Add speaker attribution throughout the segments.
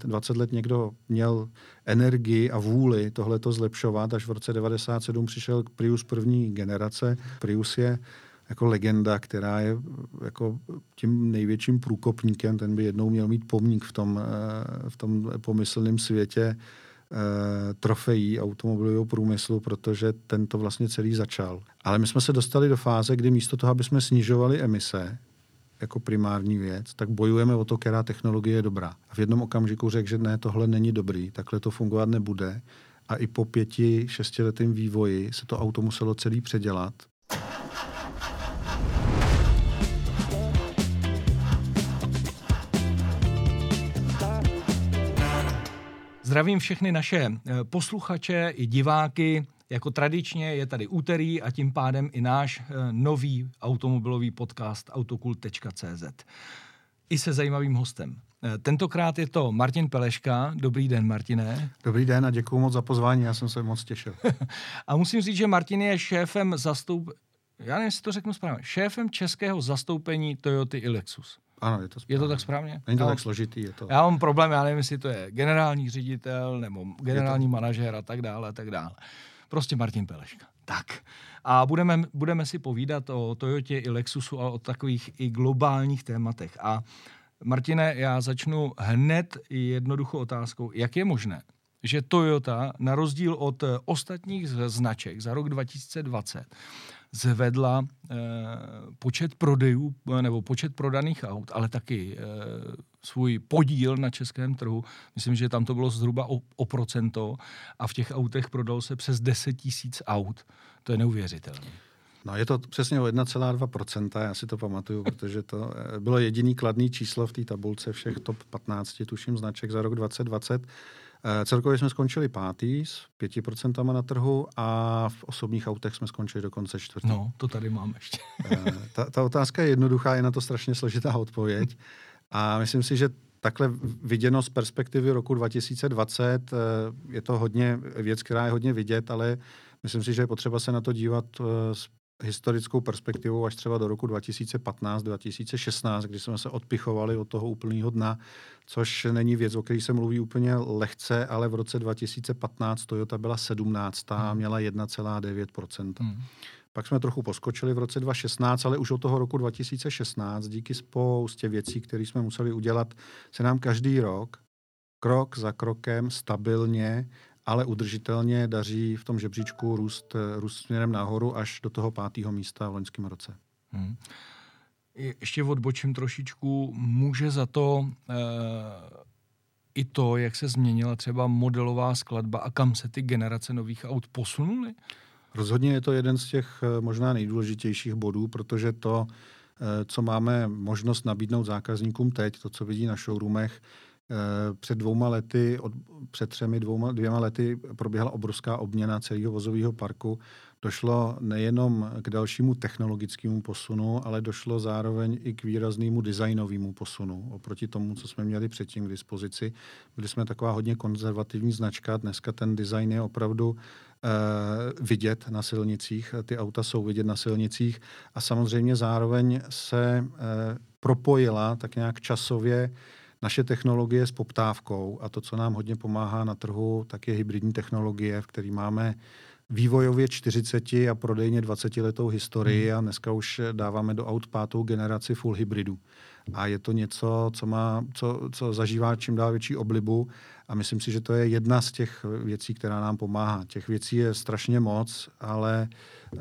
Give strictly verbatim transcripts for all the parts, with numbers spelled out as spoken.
Speaker 1: dvacet let někdo měl energii a vůli tohleto zlepšovat, až v roce devadesát sedm přišel Prius první generace. Prius je jako legenda, která je jako tím největším průkopníkem, ten by jednou měl mít pomník v tom, v tom pomyslném světě trofejí automobilového průmyslu, protože ten to vlastně celý začal. Ale my jsme se dostali do fáze, kdy místo toho, aby jsme snižovali emise jako primární věc, tak bojujeme o to, která technologie je dobrá. A v jednom okamžiku řekl, že ne, tohle není dobrý, takhle to fungovat nebude. A i po pěti, šestiletém vývoji se to auto muselo celý předělat.
Speaker 2: Zdravím všechny naše posluchače i diváky. Jako tradičně je tady úterý a tím pádem i náš nový automobilový podcast autokult tečka cé zet. I se zajímavým hostem. Tentokrát je to Martin Peleška. Dobrý den, Martine.
Speaker 1: Dobrý den a děkuju moc za pozvání, já jsem se moc těšil.
Speaker 2: A musím říct, že Martin je šéfem zastoup... Já nevím, jestli to řeknu správně. Šéfem českého zastoupení Toyoty i Lexus.
Speaker 1: Ano, je to správně.
Speaker 2: Je to tak správně?
Speaker 1: Není to
Speaker 2: já
Speaker 1: tak složitý, je to.
Speaker 2: Já mám problém, já nevím, jestli to je generální ředitel nebo generální to... manažer a tak dále, a tak dále. Prostě Martin Peleška. Tak. A budeme, budeme si povídat o Toyotě i Lexusu, ale o takových i globálních tématech. A Martine, já začnu hned jednoduchou otázkou. Jak je možné, že Toyota na rozdíl od ostatních značek za rok dva tisíce dvacet zvedla eh, počet prodejů nebo počet prodaných aut, ale taky eh, svůj podíl na českém trhu. Myslím, že tam to bylo zhruba o, o procento a v těch autech prodalo se přes deset tisíc aut. To je neuvěřitelné.
Speaker 1: No, je to přesně o jedna celá dva procenta, já si to pamatuju, protože to bylo jediný kladný číslo v té tabulce všech top patnáct, tuším, značek za rok dvacet dvacet. Celkově jsme skončili pátý s pěti procentama na trhu a v osobních autech jsme skončili dokonce čtvrtý.
Speaker 2: No, to tady máme ještě.
Speaker 1: ta, ta otázka je jednoduchá, je na to strašně složitá odpověď. A myslím si, že takhle viděno z perspektivy roku dva tisíce dvacet je to hodně věc, která je hodně vidět, ale myslím si, že je potřeba se na to dívat z historickou perspektivou až třeba do roku dva tisíce patnáct dva tisíce šestnáct, kdy jsme se odpichovali od toho úplného dna, což není věc, o které se mluví úplně lehce, ale v roce dva tisíce patnáct Toyota byla sedmnáctá a měla jedna celá devět procenta. Hmm. Pak jsme trochu poskočili v roce dva tisíce šestnáct, ale už od toho roku dva tisíce šestnáct díky spoustě věcí, které jsme museli udělat, se nám každý rok, krok za krokem, stabilně, ale udržitelně daří v tom žebříčku růst, růst směrem nahoru až do toho pátého místa v loňském roce. Hmm.
Speaker 2: Ještě odbočím trošičku. Může za to e, i to, jak se změnila třeba modelová skladba a kam se ty generace nových aut posunuly?
Speaker 1: Rozhodně je to jeden z těch možná nejdůležitějších bodů, protože to, co máme možnost nabídnout zákazníkům teď, to, co vidí na showroomech, před dvouma lety, od, před třemi dvouma, dvěma lety proběhla obrovská obměna celého vozového parku. Došlo nejenom k dalšímu technologickému posunu, ale došlo zároveň i k výraznému designovému posunu. Oproti tomu, co jsme měli předtím k dispozici. Byli jsme taková hodně konzervativní značka. Dneska ten design je opravdu eh, vidět na silnicích. Ty auta jsou vidět na silnicích. A samozřejmě zároveň se eh, propojila tak nějak časově naše technologie s poptávkou a to, co nám hodně pomáhá na trhu, tak je hybridní technologie, v který máme vývojově čtyřicet a prodejně dvacetiletou historii a dneska už dáváme do aut pátou generaci full hybridu. A je to něco, co, má, co, co zažívá čím dál větší oblibu a myslím si, že to je jedna z těch věcí, která nám pomáhá. Těch věcí je strašně moc, ale uh,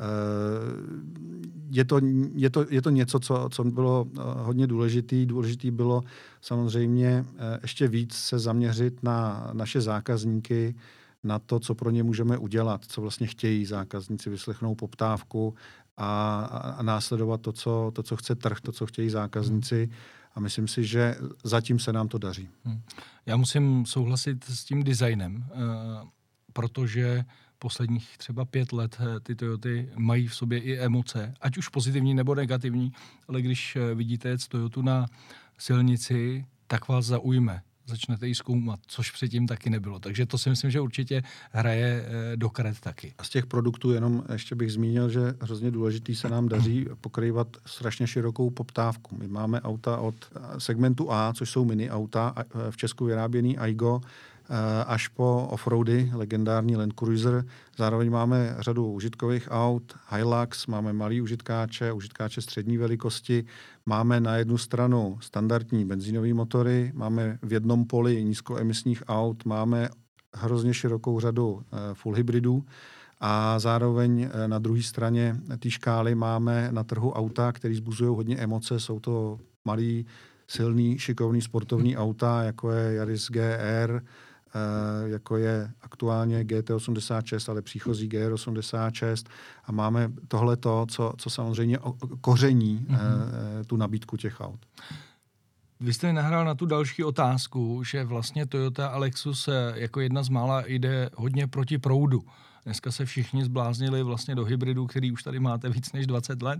Speaker 1: je, to, je, to, je to něco, co, co bylo hodně důležitý. Důležitý bylo samozřejmě uh, ještě víc se zaměřit na naše zákazníky, na to, co pro ně můžeme udělat, co vlastně chtějí zákazníci, vyslechnou poptávku a, a následovat to co, to, co chce trh, to, co chtějí zákazníci. A myslím si, že zatím se nám to daří. Hmm.
Speaker 2: Já musím souhlasit s tím designem, protože posledních třeba pět let ty Toyoty mají v sobě i emoce, ať už pozitivní nebo negativní, ale když vidíte jet Toyotu na silnici, tak vás zaujme. začnete ji zkoumat, což předtím taky nebylo. Takže to si myslím, že určitě hraje do karet taky.
Speaker 1: A z těch produktů jenom ještě bych zmínil, že hrozně důležitý se nám daří pokrývat strašně širokou poptávku. My máme auta od segmentu A, což jsou mini auta, v Česku vyráběný Aigo, až po offroady, legendární Land Cruiser. Zároveň máme řadu užitkových aut, Hilux, máme malý užitkáče, užitkáče střední velikosti. Máme na jednu stranu standardní benzínové motory, máme v jednom poli nízkoemisních aut, máme hrozně širokou řadu full hybridů a zároveň na druhé straně té škály máme na trhu auta, které vzbuzují hodně emoce. Jsou to malý, silný, šikovný sportovní auta, jako je Yaris G R, jako je aktuálně G T osmdesát šest, ale příchozí G R osmdesát šest. A máme tohleto, co, co samozřejmě koření mm-hmm. tu nabídku těch aut.
Speaker 2: Vy jste mi nahrál na tu další otázku, že vlastně Toyota a Lexus jako jedna z mála jde hodně proti proudu. Dneska se všichni zbláznili vlastně do hybridu, který už tady máte víc než dvacet let.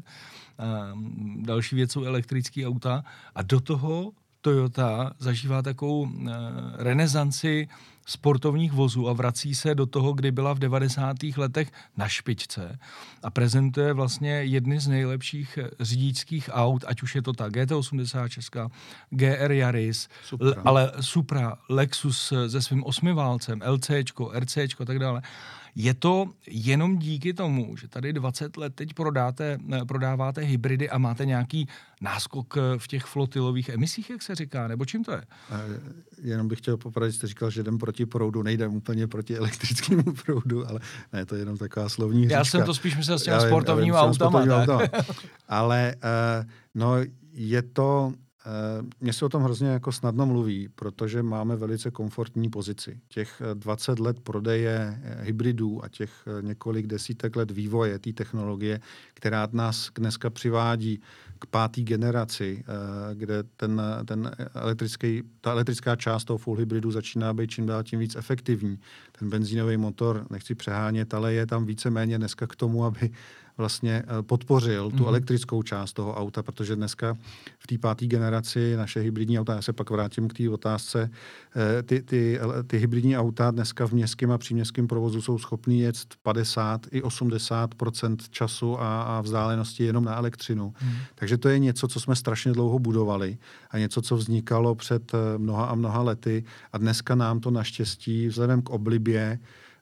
Speaker 2: Další věc jsou elektrické auta. A do toho Toyota zažívá takovou renesanci sportovních vozů a vrací se do toho, kdy byla v devadesátých letech na špičce a prezentuje vlastně jedny z nejlepších řidičských aut, ať už je to ta G T osmdesát šest, G R Yaris, Supra. L- ale Supra, Lexus se svým osmiválcem, LCčko, RCčko a tak dále. Je to jenom díky tomu, že tady dvacet let teď prodáte, prodáváte hybridy a máte nějaký náskok v těch flotilových emisích, jak se říká, nebo čím to je?
Speaker 1: Jenom bych chtěl popravit, jste říkal, že jdem proti proudu, nejdem úplně proti elektrickému proudu, ale ne, to je jenom taková slovní hříčka.
Speaker 2: Já jsem to spíš myslel s těma sportovníma autama.
Speaker 1: Ale uh, no, je to... Mně se o tom hrozně jako snadno mluví, protože máme velice komfortní pozici. Těch dvacet let prodeje hybridů a těch několik desítek let vývoje té technologie, která nás dneska přivádí k páté generaci, kde ten, ten elektrický, ta elektrická část toho full hybridu začíná být čím dál tím víc efektivní. Ten benzínový motor, nechci přehánět, ale je tam víceméně dneska k tomu, aby vlastně podpořil tu mm-hmm. elektrickou část toho auta, protože dneska v té páté generaci naše hybridní auta, já se pak vrátím k té otázce, ty, ty, ty hybridní auta dneska v městském a příměstském provozu jsou schopný jet padesát i osmdesát procent času a, a vzdálenosti jenom na elektřinu. Mm. Takže to je něco, co jsme strašně dlouho budovali a něco, co vznikalo před mnoha a mnoha lety a dneska nám to naštěstí vzhledem k oblibě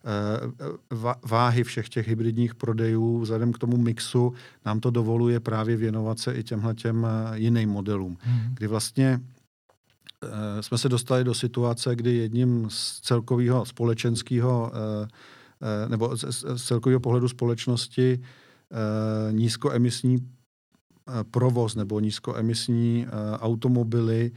Speaker 1: váhy všech těch hybridních prodejů, vzhledem k tomu mixu, nám to dovoluje právě věnovat se i těmhletěm jiným modelům. Hmm. Kdy vlastně jsme se dostali do situace, kdy jedním z celkového společenského nebo z celkového pohledu společnosti nízkoemisní provoz nebo nízkoemisní automobily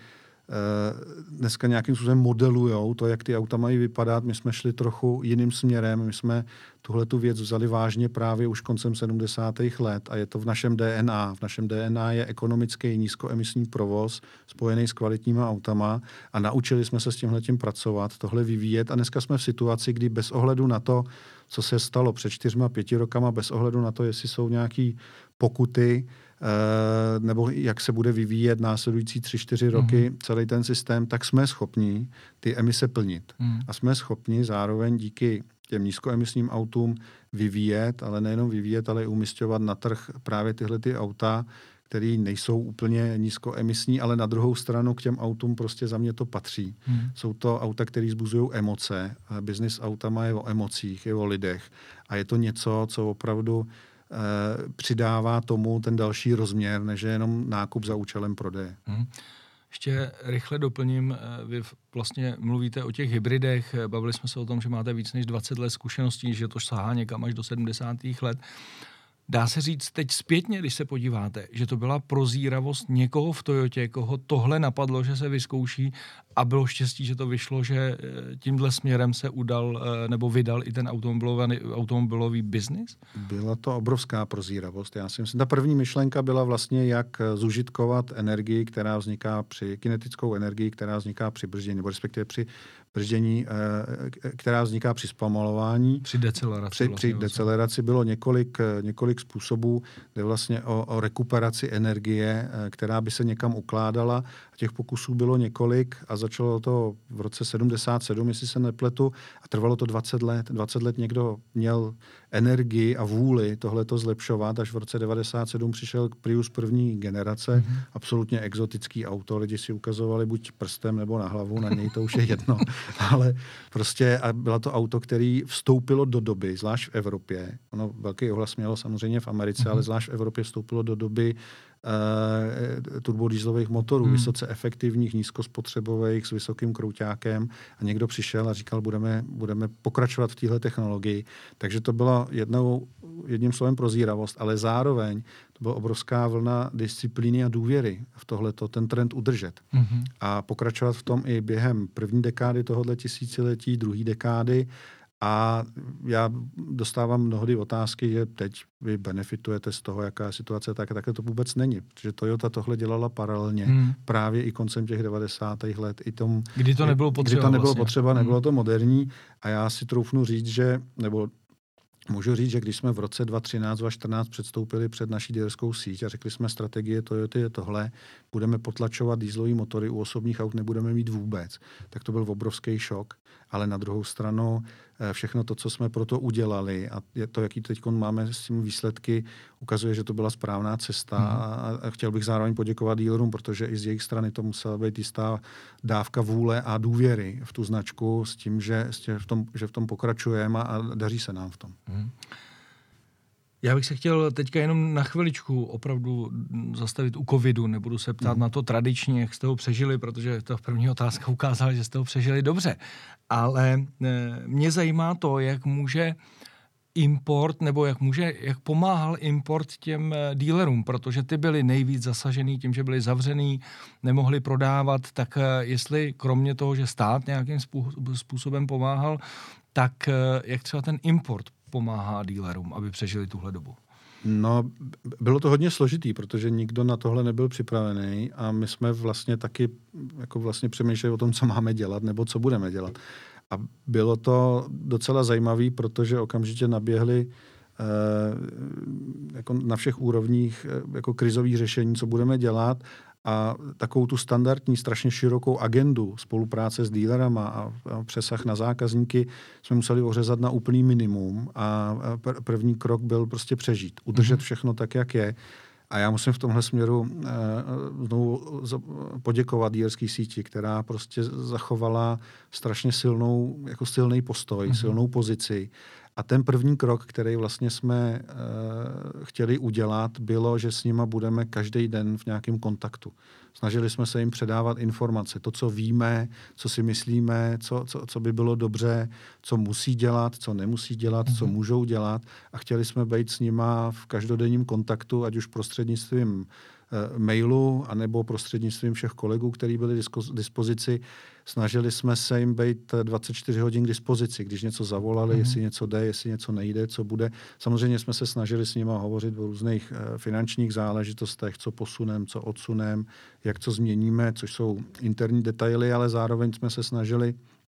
Speaker 1: dneska nějakým způsobem modelujou to, jak ty auta mají vypadat. My jsme šli trochu jiným směrem. My jsme tuhletu věc vzali vážně právě už koncem sedmdesátých let a je to v našem D N A. V našem D N A je ekonomický nízkoemisní provoz spojený s kvalitníma autama a naučili jsme se s tímhletím pracovat, tohle vyvíjet a dneska jsme v situaci, kdy bez ohledu na to, co se stalo před čtyřma, pěti rokama, bez ohledu na to, jestli jsou nějaký pokuty, Uh, nebo jak se bude vyvíjet následující tři, čtyři roky mm. celý ten systém, tak jsme schopni ty emise plnit. Mm. A jsme schopni zároveň díky těm nízkoemisním autům vyvíjet, ale nejenom vyvíjet, ale i umisťovat na trh právě tyhle ty auta, které nejsou úplně nízkoemisní, ale na druhou stranu k těm autům prostě za mě to patří. Mm. Jsou to auta, které vzbuzují emoce. Business autama je o emocích, je o lidech. A je to něco, co opravdu přidává tomu ten další rozměr, než je jenom nákup za účelem prodeje. Hmm.
Speaker 2: Ještě rychle doplním, vy vlastně mluvíte o těch hybridech, bavili jsme se o tom, že máte víc než dvacet let zkušeností, že to sahá někam až do sedmdesátých let. Dá se říct teď zpětně, když se podíváte, že to byla prozíravost někoho v Toyotě, koho tohle napadlo, že se vyzkouší a bylo štěstí, že to vyšlo, že tímhle směrem se udal nebo vydal i ten automobilový, automobilový biznis?
Speaker 1: Byla to obrovská prozíravost. Já si myslím, ta první myšlenka byla vlastně, jak zužitkovat energii, která vzniká při kinetickou energii, která vzniká při brždění, nebo respektive při brždění, která vzniká při zpomalování.
Speaker 2: Při deceleraci.
Speaker 1: Při,
Speaker 2: vlastně
Speaker 1: při deceleraci bylo několik, několik způsobů, kde vlastně o, o rekuperaci energie, která by se někam ukládala. Těch pokusů bylo několik a začalo to v roce sedmdesát sedm, jestli se nepletu, a trvalo to dvacet let. dvacet let někdo měl energii a vůli tohleto zlepšovat, až v roce devadesát sedm přišel Prius první generace, mm-hmm. absolutně exotický auto, lidi si ukazovali buď prstem nebo na hlavu, na něj to už je jedno, ale prostě a bylo to auto, který vstoupilo do doby, zvlášť v Evropě, ono velký ohlas mělo samozřejmě v Americe, mm-hmm. ale zvlášť v Evropě vstoupilo do doby Uh, turbodýzlových motorů, hmm. vysoce efektivních, nízkospotřebových, s vysokým krouťákem a někdo přišel a říkal, budeme, budeme pokračovat v téhle technologii. Takže to bylo jednou, jedním slovem prozíravost, ale zároveň to byla obrovská vlna disciplíny a důvěry v tohleto, ten trend udržet. Hmm. A pokračovat v tom i během první dekády tohohle tisíciletí, druhé dekády. A já dostávám mnohdy otázky, že teď vy benefitujete z toho, jaká je situace, tak takhle to vůbec není. Protože Toyota tohle dělala paralelně, hmm. právě i koncem těch devadesátých let. I tom,
Speaker 2: kdy to nebylo potřeba.
Speaker 1: Kdy to nebylo
Speaker 2: vlastně.
Speaker 1: potřeba, nebylo to moderní. A já si troufnu říct, že, nebo můžu říct, že když jsme v roce dva tisíce třináct dva tisíce čtrnáct předstoupili před naší dealerskou síť a řekli jsme, strategie Toyoty je tohle, budeme potlačovat dieselové motory, u osobních aut nebudeme mít vůbec, tak to byl obrovský šok. Ale na druhou stranu všechno to, co jsme pro to udělali a to, jaký teď máme s těmi výsledky, ukazuje, že to byla správná cesta. Mm. A chtěl bych zároveň poděkovat dealerům, protože i z jejich strany to musela být jistá dávka vůle a důvěry v tu značku s tím, že, v tom, že v tom pokračujeme a daří se nám v tom. Mm.
Speaker 2: Já bych se chtěl teďka jenom na chviličku opravdu zastavit u covidu. Nebudu se ptát mm. na to tradičně, jak jste ho přežili, protože ta první otázka ukázala, že jste ho přežili dobře. Ale mě zajímá to, jak může import, nebo jak může, jak pomáhal import těm dealerům, protože ty byli nejvíc zasažený tím, že byli zavřený, nemohli prodávat, tak jestli kromě toho, že stát nějakým způsobem pomáhal, tak jak třeba ten import pomáhá dealerům, aby přežili tuhle dobu?
Speaker 1: No, bylo to hodně složitý, protože nikdo na tohle nebyl připravený a my jsme vlastně taky jako vlastně přemýšleli o tom, co máme dělat nebo co budeme dělat. A bylo to docela zajímavé, protože okamžitě naběhly eh, jako na všech úrovních eh, jako krizových řešení, co budeme dělat. A takovou tu standardní, strašně širokou agendu spolupráce s dealerama a, a přesah na zákazníky jsme museli ořezat na úplný minimum a pr- první krok byl prostě přežít. Udržet všechno tak, jak je. A já musím v tomhle směru eh, znovu poděkovat dealerské síti, která prostě zachovala strašně silnou, jako silný postoj, mm-hmm. silnou pozici. A ten první krok, který vlastně jsme uh, chtěli udělat, bylo, že s nima budeme každý den v nějakém kontaktu. Snažili jsme se jim předávat informace, to, co víme, co si myslíme, co, co, co by bylo dobře, co musí dělat, co nemusí dělat, mm-hmm. co můžou dělat. A chtěli jsme být s nima v každodenním kontaktu, ať už prostřednictvím uh, mailu, anebo prostřednictvím všech kolegů, kteří byli k dispozici. Snažili jsme se jim být dvacet čtyři hodin k dispozici, když něco zavolali, mm-hmm. jestli něco jde, jestli něco nejde, co bude. Samozřejmě jsme se snažili s nimi hovořit o různých uh, finančních záležitostech, co posunem, co odsunem, jak co změníme, což jsou interní detaily, ale zároveň jsme se snažili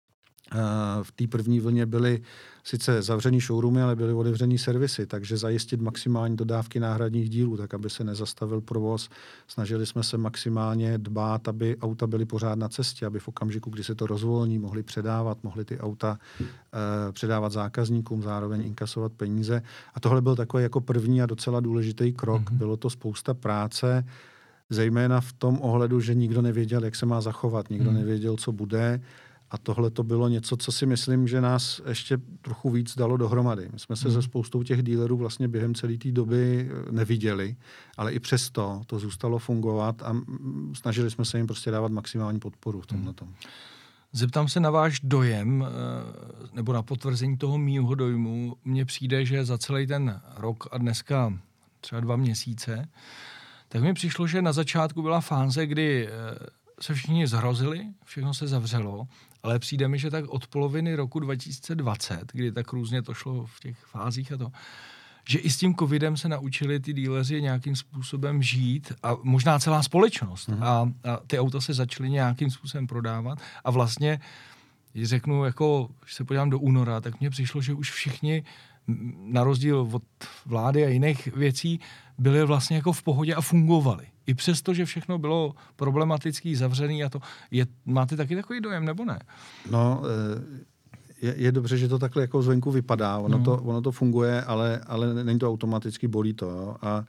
Speaker 1: v té první vlně byly sice zavřený showroomy, ale byly otevřený servisy, takže zajistit maximální dodávky náhradních dílů, tak aby se nezastavil provoz. Snažili jsme se maximálně dbát, aby auta byly pořád na cestě, aby v okamžiku, kdy se to rozvolní, mohli předávat, mohli ty auta eh, předávat zákazníkům, zároveň inkasovat peníze. A tohle byl takový jako první a docela důležitý krok. Mm-hmm. Bylo to spousta práce, zejména v tom ohledu, že nikdo nevěděl, jak se má zachovat, nikdo mm. nevěděl, co bude. A tohle to bylo něco, co si myslím, že nás ještě trochu víc dalo dohromady. My jsme se mm. se spoustou těch dealerů vlastně během celé té doby neviděli, ale i přesto to zůstalo fungovat a snažili jsme se jim prostě dávat maximální podporu v tomhletom. Mm.
Speaker 2: Zeptám se na váš dojem, nebo na potvrzení toho mýho dojmu. Mně přijde, že za celý ten rok a dneska třeba dva měsíce, tak mi přišlo, že na začátku byla fáze, kdy se všichni zhrozili, všechno se zavřelo, ale přijde mi, že tak od poloviny roku dva tisíce dvacet, kdy tak různě to šlo v těch fázích a to, že i s tím covidem se naučili ty dealeři nějakým způsobem žít a možná celá společnost. Mm. A, a ty auta se začaly nějakým způsobem prodávat a vlastně, když řeknu, jako, když se podívám do února, tak mně přišlo, že už všichni na rozdíl od vlády a jiných věcí, byly vlastně jako v pohodě a fungovaly. I přesto, že všechno bylo problematický, zavřený a to. Je, máte taky takový dojem, nebo ne?
Speaker 1: No, je, je dobře, že to takhle jako zvenku vypadá. Ono,
Speaker 2: no.
Speaker 1: to, ono to funguje, ale, ale není to automaticky, bolí to. Jo? A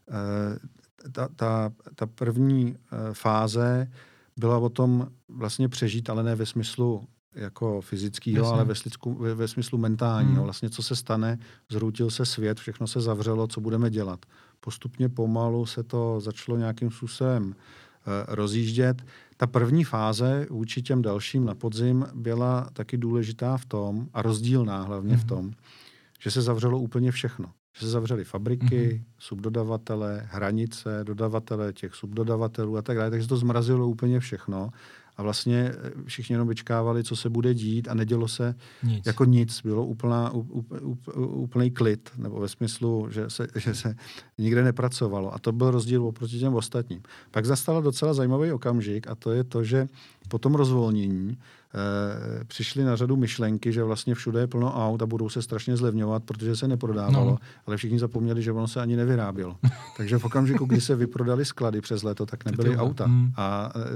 Speaker 1: ta, ta, ta první fáze byla o tom vlastně přežít, ale ne ve smyslu jako fyzického, ale ve, slicku, ve, ve smyslu mentálního. Hmm. Vlastně, co se stane, zhroutil se svět, všechno se zavřelo, co budeme dělat. Postupně pomalu se to začalo nějakým způsobem uh, rozjíždět. Ta první fáze vůči těm dalším na podzim byla taky důležitá v tom, a rozdílná hlavně hmm. v tom, že se zavřelo úplně všechno. Že se zavřely fabriky, mm-hmm. subdodavatele, hranice, dodavatele těch subdodavatelů a tak dále. Takže to zmrazilo úplně všechno. A vlastně všichni jenom vyčkávali, co se bude dít a nedělo se nic. Jako nic. Bylo úplná, up, up, úplný klid, nebo ve smyslu, že se, že se nikde nepracovalo. A to byl rozdíl oproti těm ostatním. Pak zastala docela zajímavý okamžik a to je to, že po tom rozvolnění eh, přišly na řadu myšlenky, že vlastně všude je plno aut a budou se strašně zlevňovat, protože se neprodávalo, no. ale všichni zapomněli, že ono se ani nevyrábělo. Takže v okamžiku, kdy se vyprodali sklady přes léto, tak nebyly auta. Hmm. A eh,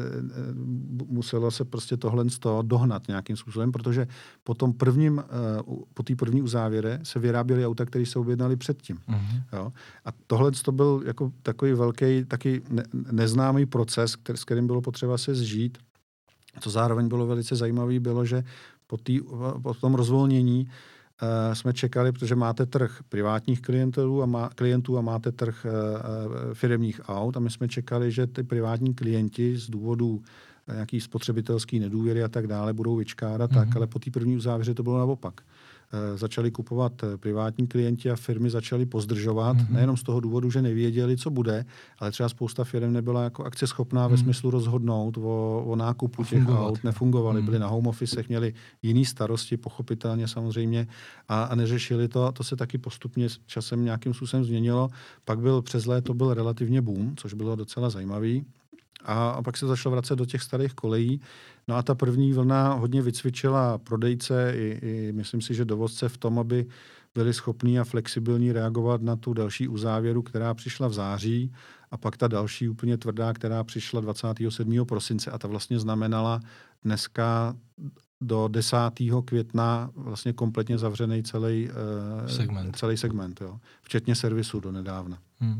Speaker 1: muselo se prostě tohle z toho dohnat nějakým způsobem, protože po tom prvním, eh, po té první uzávěre se vyráběly auta, které se objednali předtím. Hmm. Jo? A tohle to byl jako takový velký, taky ne, neznámý proces, který, s kterým bylo potřeba se zžít. Co zároveň bylo velice zajímavé, bylo, že po, tý, po tom rozvolnění uh, jsme čekali, protože máte trh privátních klientů a, má, klientů a máte trh uh, firemních aut a my jsme čekali, že ty privátní klienti z důvodu nějaký spotřebitelský nedůvěry a tak dále budou vyčkádat, mm-hmm. tak, ale po té první uzávěře to bylo naopak. E, začali kupovat privátní klienti a firmy začaly pozdržovat, mm-hmm. nejenom z toho důvodu, že nevěděli, co bude, ale třeba spousta firm nebyla jako akceschopná mm-hmm. ve smyslu rozhodnout o, o nákupu a těch fungovat. Aut, nefungovaly, mm-hmm. byli na home officech, měli jiný starosti, pochopitelně samozřejmě, a, a neřešili to. To se taky postupně časem nějakým způsobem změnilo. Pak byl přes léto byl relativně boom, což bylo docela zajímavý. A, a pak se začalo vracet do těch starých kolejí. No a ta první vlna hodně vycvičila prodejce i, i myslím si, že dovozce v tom, aby byli schopní a flexibilní reagovat na tu další uzávěru, která přišla v září, a pak ta další úplně tvrdá, která přišla dvacátého sedmého prosince a ta vlastně znamenala dneska do desátého května vlastně kompletně zavřený celý segment, celý segment jo. Včetně servisu do nedávna. Hmm.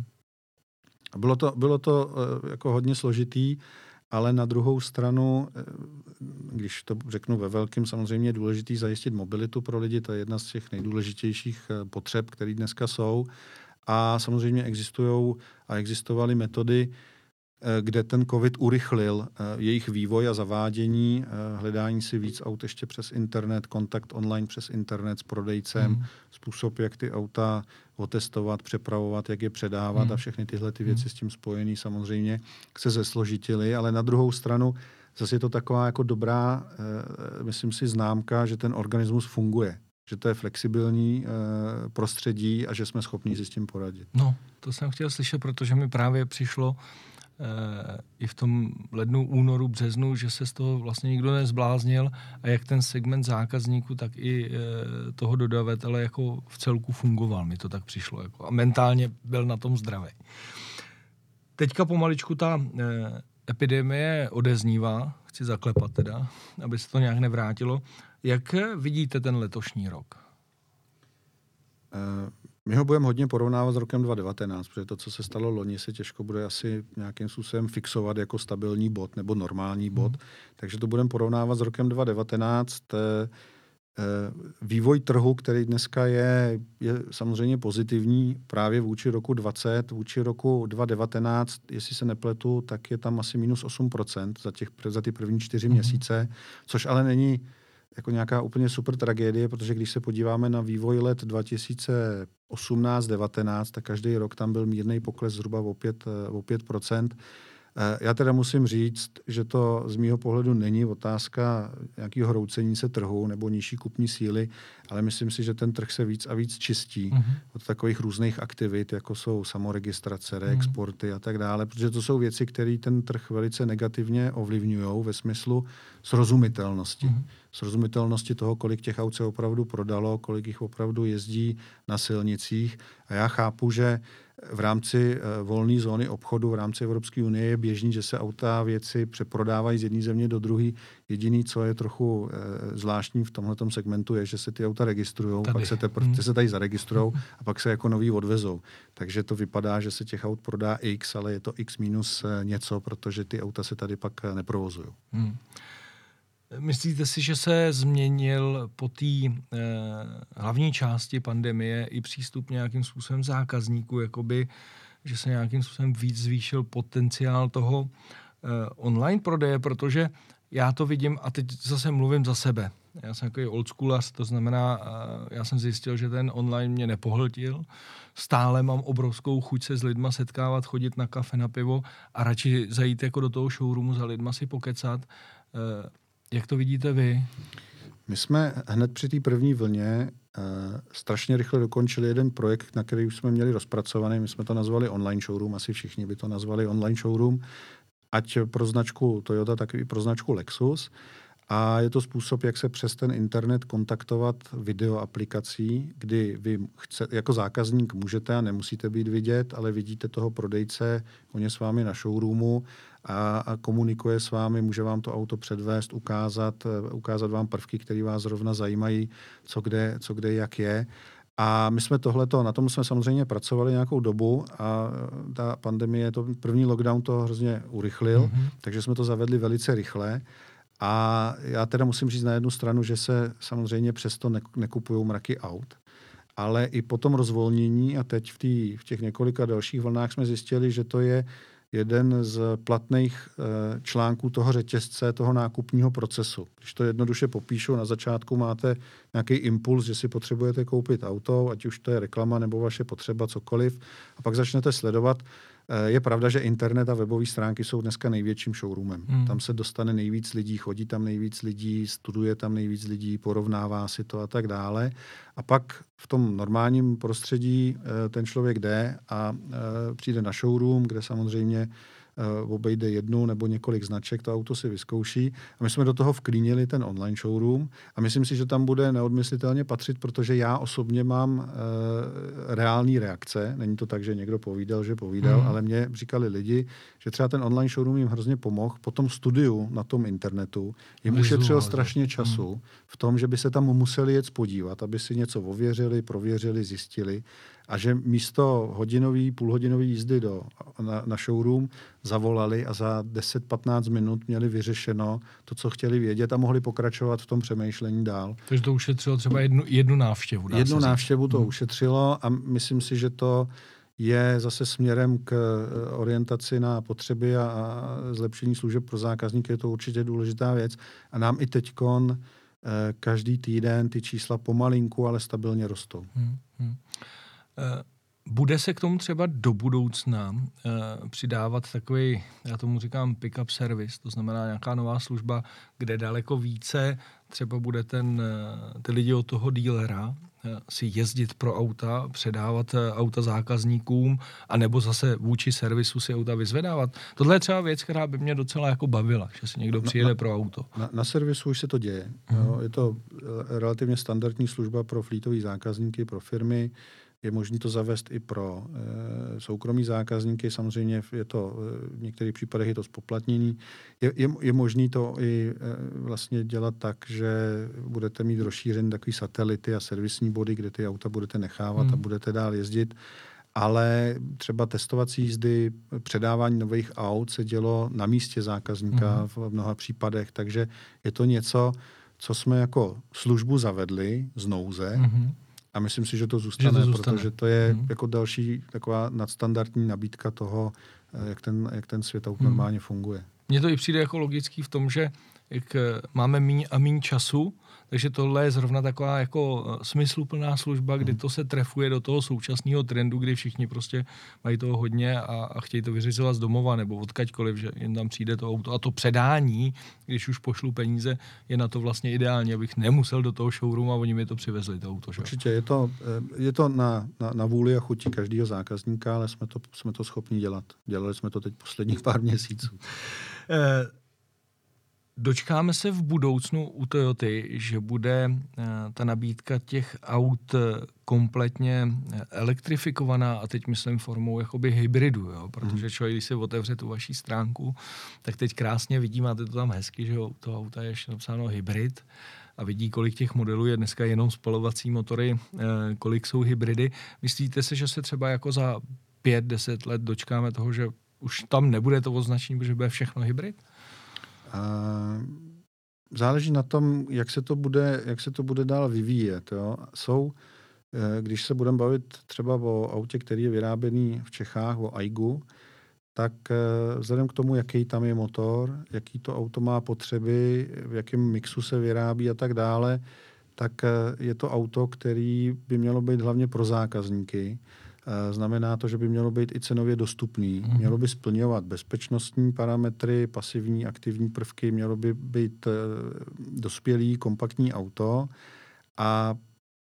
Speaker 1: Bylo to, bylo to uh, jako hodně složitý, ale na druhou stranu, když to řeknu ve velkém, samozřejmě je důležitý zajistit mobilitu pro lidi, to je jedna z těch nejdůležitějších potřeb, které dneska jsou. A samozřejmě existují a existovaly metody, kde ten covid urychlil jejich vývoj a zavádění, hledání si víc aut ještě přes internet, kontakt online přes internet s prodejcem, mm. způsob, jak ty auta otestovat, přepravovat, jak je předávat mm. a všechny tyhle ty věci mm. s tím spojený samozřejmě se zesložitily, ale na druhou stranu zase je to taková jako dobrá, myslím si, známka, že ten organismus funguje, že to je flexibilní prostředí a že jsme schopni si s tím poradit.
Speaker 2: No, to jsem chtěl slyšet, protože mi právě přišlo i v tom lednu, únoru, březnu, že se z toho vlastně nikdo nezbláznil a jak ten segment zákazníků, tak i toho dodavatele jako v celku fungoval. Mi to tak přišlo. Jako, a mentálně byl na tom zdravý. Teďka pomaličku ta epidemie odeznívá, chci zaklepat teda, aby se to nějak nevrátilo. Jak vidíte ten letošní rok?
Speaker 1: Uh... My ho budeme hodně porovnávat s rokem dva tisíce devatenáct, protože to, co se stalo loni, se těžko bude asi nějakým způsobem fixovat jako stabilní bod nebo normální bod. Hmm. Takže to budeme porovnávat s rokem dva tisíce devatenáct. Vývoj trhu, který dneska je, je samozřejmě pozitivní právě vůči roku dvacet, vůči roku dva tisíce devatenáct, jestli se nepletu, tak je tam asi minus osm procent za, těch, za ty první čtyři hmm. měsíce, což ale není jako nějaká úplně super tragédie, protože když se podíváme na vývoj let dva tisíce osmnáct devatenáct, tak každý rok tam byl mírný pokles zhruba o pět, o pět procent. Já teda musím říct, že to z mýho pohledu není otázka nějakého hroucení se trhu nebo nižší kupní síly, ale myslím si, že ten trh se víc a víc čistí mm-hmm. od takových různých aktivit, jako jsou samoregistrace, reexporty mm-hmm. a tak dále, protože to jsou věci, které ten trh velice negativně ovlivňují ve smyslu srozumitelnosti. Mm-hmm. srozumitelnosti toho, kolik těch aut se opravdu prodalo, kolik jich opravdu jezdí na silnicích. A já chápu, že v rámci volné zóny obchodu, v rámci Evropské unie je běžný, že se auta, věci přeprodávají z jedné země do druhé. Jediný, co je trochu e, zvláštní v tomhletom segmentu, je, že se ty auta registrují, pak se, teprve, hmm. se tady zaregistrujou a pak se jako nový odvezou. Takže to vypadá, že se těch aut prodá X, ale je to X minus něco, protože ty auta se tady pak neprovozují. Hmm.
Speaker 2: Myslíte si, že se změnil po té eh, hlavní části pandemie i přístup nějakým způsobem zákazníků, jakoby, že se nějakým způsobem víc zvýšil potenciál toho eh, online prodeje, protože já to vidím, a teď zase mluvím za sebe. Já jsem takový oldschoolař, to znamená, eh, já jsem zjistil, že ten online mě nepohltil. Stále mám obrovskou chuť se s lidma setkávat, chodit na kafe, na pivo a radši zajít jako do toho showroomu za lidma si pokecat. Eh, Jak to vidíte vy?
Speaker 1: My jsme hned při té první vlně uh, strašně rychle dokončili jeden projekt, na který už jsme měli rozpracovaný. My jsme to nazvali online showroom, asi všichni by to nazvali online showroom, ať pro značku Toyota, tak i pro značku Lexus. A je to způsob, jak se přes ten internet kontaktovat video aplikací, kdy vy chce, jako zákazník můžete a nemusíte být vidět, ale vidíte toho prodejce, on je s vámi na showroomu a, a komunikuje s vámi, může vám to auto předvést, ukázat, ukázat vám prvky, které vás zrovna zajímají, co kde, co kde jak je. A my jsme tohleto, na tom jsme samozřejmě pracovali nějakou dobu a ta pandemie, to první lockdown to hrozně urychlil, mm-hmm. takže jsme to zavedli velice rychle. A já teda musím říct na jednu stranu, že se samozřejmě přesto nekupují mraky aut, ale i po tom rozvolnění a teď v, tý, v těch několika dalších vlnách jsme zjistili, že to je jeden z platných e, článků toho řetězce, toho nákupního procesu. Když to jednoduše popíšu, na začátku máte nějaký impuls, že si potřebujete koupit auto, ať už to je reklama nebo vaše potřeba, cokoliv, a pak začnete sledovat. Je pravda, že internet a webové stránky jsou dneska největším showroomem. Hmm. Tam se dostane nejvíc lidí, chodí tam nejvíc lidí, studuje tam nejvíc lidí, porovnává si to a tak dále. A pak v tom normálním prostředí ten člověk jde a přijde na showroom, kde samozřejmě obejde jednu nebo několik značek, to auto si vyzkouší. A my jsme do toho vklínili ten online showroom a myslím si, že tam bude neodmyslitelně patřit, protože já osobně mám e, reální reakce. Není to tak, že někdo povídal, že povídal, hmm. ale mě říkali lidi, že třeba ten online showroom jim hrozně pomohl. Po tom studiu na tom internetu jim ušetřil strašně času hmm. v tom, že by se tam museli jet podívat, aby si něco ověřili, prověřili, zjistili. A že místo hodinový, půlhodinový jízdy do, na, na showroom zavolali a za deset patnáct minut měli vyřešeno to, co chtěli vědět a mohli pokračovat v tom přemýšlení dál.
Speaker 2: Takže to ušetřilo třeba jednu, jednu návštěvu.
Speaker 1: Jednu návštěvu to hmm. ušetřilo a myslím si, že to je zase směrem k orientaci na potřeby a, a zlepšení služeb pro zákazníky. Je to určitě důležitá věc. A nám i teďkon eh, každý týden ty čísla pomalinku, ale stabilně rostou. Hmm. Hmm.
Speaker 2: Bude se k tomu třeba do budoucna uh, přidávat takový, já tomu říkám pick-up service, to znamená nějaká nová služba, kde daleko více třeba bude ten, uh, ty lidi od toho dílera uh, si jezdit pro auta, předávat uh, auta zákazníkům, anebo zase vůči servisu si auta vyzvedávat. Tohle je třeba věc, která by mě docela jako bavila, že si někdo přijede
Speaker 1: na,
Speaker 2: pro auto.
Speaker 1: Na, na servisu už se to děje. Uh-huh. Jo, je to relativně standardní služba pro flítový zákazníky, pro firmy. Je možné to zavést i pro e, soukromí zákazníky. Samozřejmě je to, v některých případech je to zpoplatnění. Je, je, je možné to i e, vlastně dělat tak, že budete mít rozšířený takový satelity a servisní body, kde ty auta budete nechávat hmm. a budete dál jezdit. Ale třeba testovací jízdy, předávání nových aut se dělo na místě zákazníka hmm. v mnoha případech. Takže je to něco, co jsme jako službu zavedli z nouze, hmm. a myslím si, že to zůstane, že to zůstane. Protože to je hmm. jako další taková nadstandardní nabídka toho, jak ten, jak ten svět aut hmm. normálně funguje.
Speaker 2: Mně to i přijde jako logický v tom, že jak máme míň a míň času, takže tohle je zrovna taková jako smysluplná služba, kdy to se trefuje do toho současného trendu, kdy všichni prostě mají toho hodně a, a chtějí to vyřizovat z domova nebo odkaďkoliv, že jen tam přijde to auto. A to předání, když už pošlu peníze, je na to vlastně ideální, abych nemusel do toho showroomu a oni mi to přivezli, to auto. Že?
Speaker 1: Určitě, je to, je to na, na, na vůli a chuti každého zákazníka, ale jsme to, jsme to schopni dělat. Dělali jsme to teď posledních pár měsíců.
Speaker 2: Eh, Dočkáme se v budoucnu u Toyoty, že bude ta nabídka těch aut kompletně elektrifikovaná a teď myslím formou jakoby hybridu, jo? Protože člověk, když si otevře tu vaší stránku, tak teď krásně vidí, máte to tam hezky, že to auta je ještě napsáno hybrid a vidí, kolik těch modelů je dneska jenom spalovací motory, kolik jsou hybridy. Myslíte si, že se třeba jako za pět, deset let dočkáme toho, že už tam nebude to označení, protože bude všechno hybrid?
Speaker 1: Záleží na tom, jak se to bude, jak se to bude dál vyvíjet. Jo. Jsou, když se budeme bavit třeba o autě, který je vyráběný v Čechách, o Aigu, tak vzhledem k tomu, jaký tam je motor, jaký to auto má potřeby, v jakém mixu se vyrábí a tak dále, tak je to auto, který by mělo být hlavně pro zákazníky. Znamená to, že by mělo být i cenově dostupný. Mm. Mělo by splňovat bezpečnostní parametry, pasivní, aktivní prvky, mělo by být dospělý, kompaktní auto. A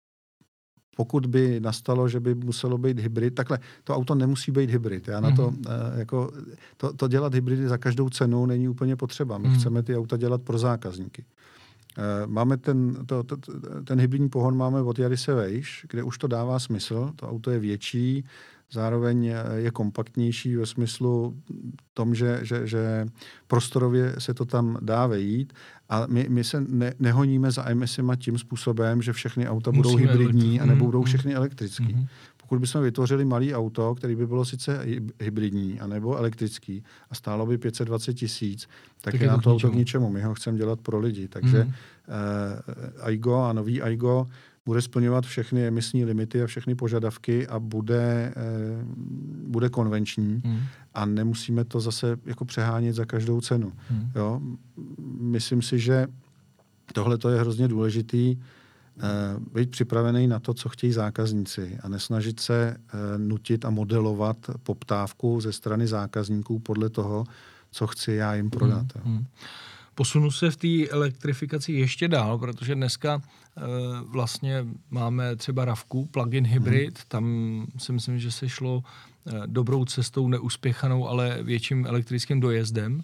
Speaker 1: pokud by nastalo, že by muselo být hybrid, takhle, to auto nemusí být hybrid. Já na to, mm. jako, to, to dělat hybridy za každou cenu není úplně potřeba. My mm. chceme ty auta dělat pro zákazníky. Máme ten, to, to, ten hybridní pohon máme od Yarise Vejš, kde už to dává smysl. To auto je větší, zároveň je kompaktnější ve smyslu tom, že, že, že prostorově se to tam dá vejít a my, my se ne, nehoníme za emisima tím způsobem, že všechny auta budou Musíme hybridní elektri- a nebo budou všechny elektrický. Mm-hmm. Pokud bychom vytvořili malý auto, který by bylo sice hybridní anebo elektrický a stálo by pět set dvacet tisíc, tak, tak je nám to auto k ničemu. My ho chceme dělat pro lidi. Takže mm. eh, Aigo a nový Aigo bude splňovat všechny emisní limity a všechny požadavky a bude, eh, bude konvenční mm. a nemusíme to zase jako přehánět za každou cenu. Mm. Jo? Myslím si, že tohle je hrozně důležitý, být připravený na to, co chtějí zákazníci a nesnažit se nutit a modelovat poptávku ze strany zákazníků podle toho, co chci já jim prodat. Hmm, hmm.
Speaker 2: Posunu se v té elektrifikaci ještě dál, protože dneska e, vlastně máme třeba Ravku, plug-in hybrid, hmm. tam si myslím, že se šlo e, dobrou cestou, neuspěchanou, ale větším elektrickým dojezdem.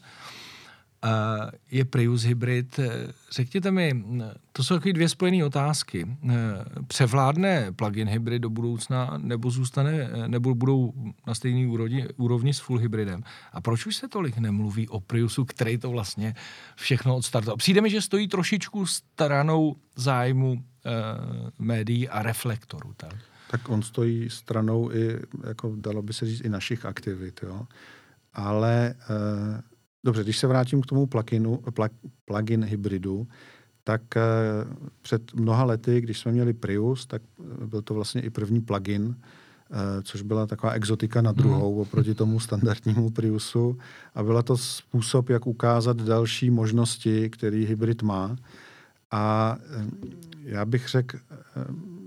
Speaker 2: Je Prius hybrid. Řekněte mi, to jsou takové dvě spojené otázky. Převládne plug-in hybrid do budoucna, nebo zůstane, nebo budou na stejné úrovni, úrovni s full hybridem? A proč už se tolik nemluví o Priusu, který to vlastně všechno odstartoval? Přijde mi, že stojí trošičku stranou zájmu eh, médií a reflektorů. Tak?
Speaker 1: tak on stojí stranou i, jako dalo by se říct, i našich aktivit. Jo? Ale eh, dobře, když se vrátím k tomu pluginu, plug, plug-in hybridu, tak eh, před mnoha lety, když jsme měli Prius, tak byl to vlastně i první plug-in, eh, což byla taková exotika na druhou hmm. oproti tomu standardnímu Priusu. A byla to způsob, jak ukázat další možnosti, který hybrid má. A eh, já bych řekl, eh,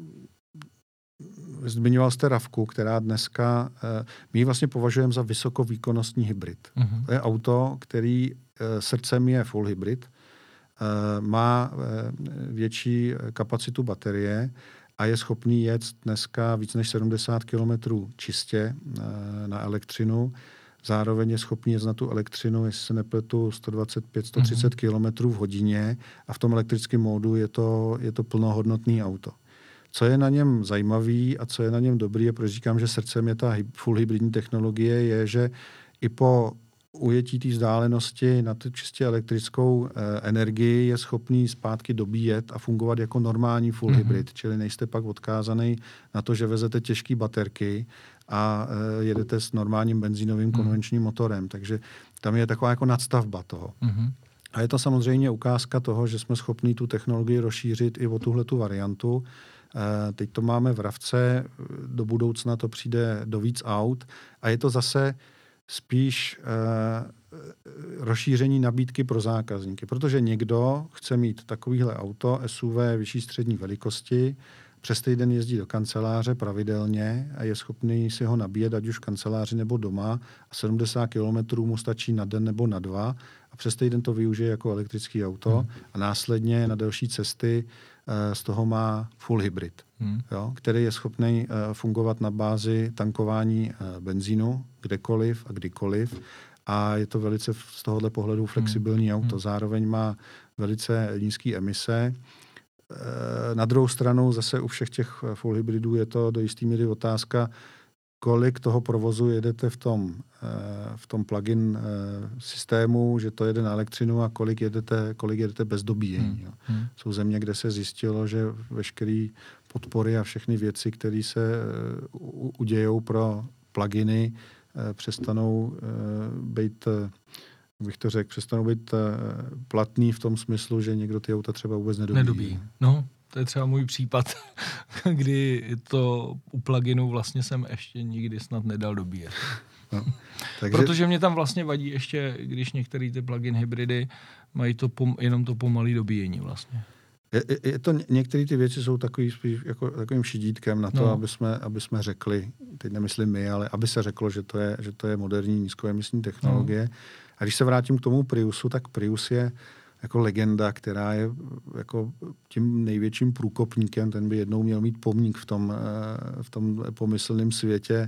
Speaker 1: zmiňoval jste Ravku, která dneska, my ji vlastně považujeme za vysokovýkonnostní hybrid. Uh-huh. To je auto, který srdcem je full hybrid, má větší kapacitu baterie a je schopný jet dneska víc než sedmdesát kilometrů čistě na elektřinu. Zároveň je schopný jet na tu elektřinu, jestli se nepletu, sto dvacet pět až sto třicet uh-huh. kilometrů v hodině a v tom elektrickém módu je to, je to plnohodnotný auto. Co je na něm zajímavý a co je na něm dobrý, a proč říkám, že srdcem je ta full hybridní technologie, je, že i po ujetí té vzdálenosti na tu čistě elektrickou eh, energii je schopný zpátky dobíjet a fungovat jako normální full mm-hmm. hybrid, čili nejste pak odkázaný na to, že vezete těžké baterky a eh, jedete s normálním benzínovým mm-hmm. konvenčním motorem. Takže tam je taková jako nadstavba toho. Mm-hmm. A je to samozřejmě ukázka toho, že jsme schopni tu technologii rozšířit i o tuhletu variantu. Teď to máme v Ravce, do budoucna to přijde do víc aut a je to zase spíš eh, rozšíření nabídky pro zákazníky, protože někdo chce mít takovýhle auto, S U V vyšší střední velikosti, přes týden jezdí do kanceláře pravidelně a je schopný si ho nabíjet, ať už v kanceláři nebo doma, a sedmdesát kilometrů mu stačí na den nebo na dva a přes týden to využije jako elektrický auto hmm. a následně na delší cesty z toho má full hybrid, hmm. jo, který je schopný uh, fungovat na bázi tankování uh, benzínu kdekoliv a kdykoliv a je to velice z tohohle pohledu flexibilní
Speaker 2: hmm.
Speaker 1: auto. Zároveň má velice nízké emise. Na druhou stranu zase u všech těch full hybridů je to do jistý míry otázka, kolik toho provozu jedete v tom, v tom plug-in systému, že to jede na elektřinu a kolik jedete, kolik jedete bez dobíjení. Hmm. Hmm. Jsou země, kde se zjistilo, že veškeré podpory a všechny věci, které se udějou pro pluginy, přestanou být, bych to řekl, přestanou být platný v tom smyslu, že někdo ty auta třeba vůbec nedobíjí.
Speaker 2: Nedobíjí. No, to je třeba můj případ, kdy to u pluginu vlastně jsem ještě nikdy snad nedal dobíjet. No, takže... Protože mě tam vlastně vadí ještě, když některé ty plug-in hybridy mají to pom, jenom to pomalé dobíjení vlastně.
Speaker 1: Je, je to, některé ty věci jsou takový, spíš jako, takovým šidítkem na to, no. aby, jsme, aby jsme řekli, teď nemyslím my, ale aby se řeklo, že to je, že to je moderní nízkoemisní technologie. No. A když se vrátím k tomu Priusu, tak Prius je jako legenda, která je jako tím největším průkopníkem, ten by jednou měl mít pomník v tom, v tom pomyslném světě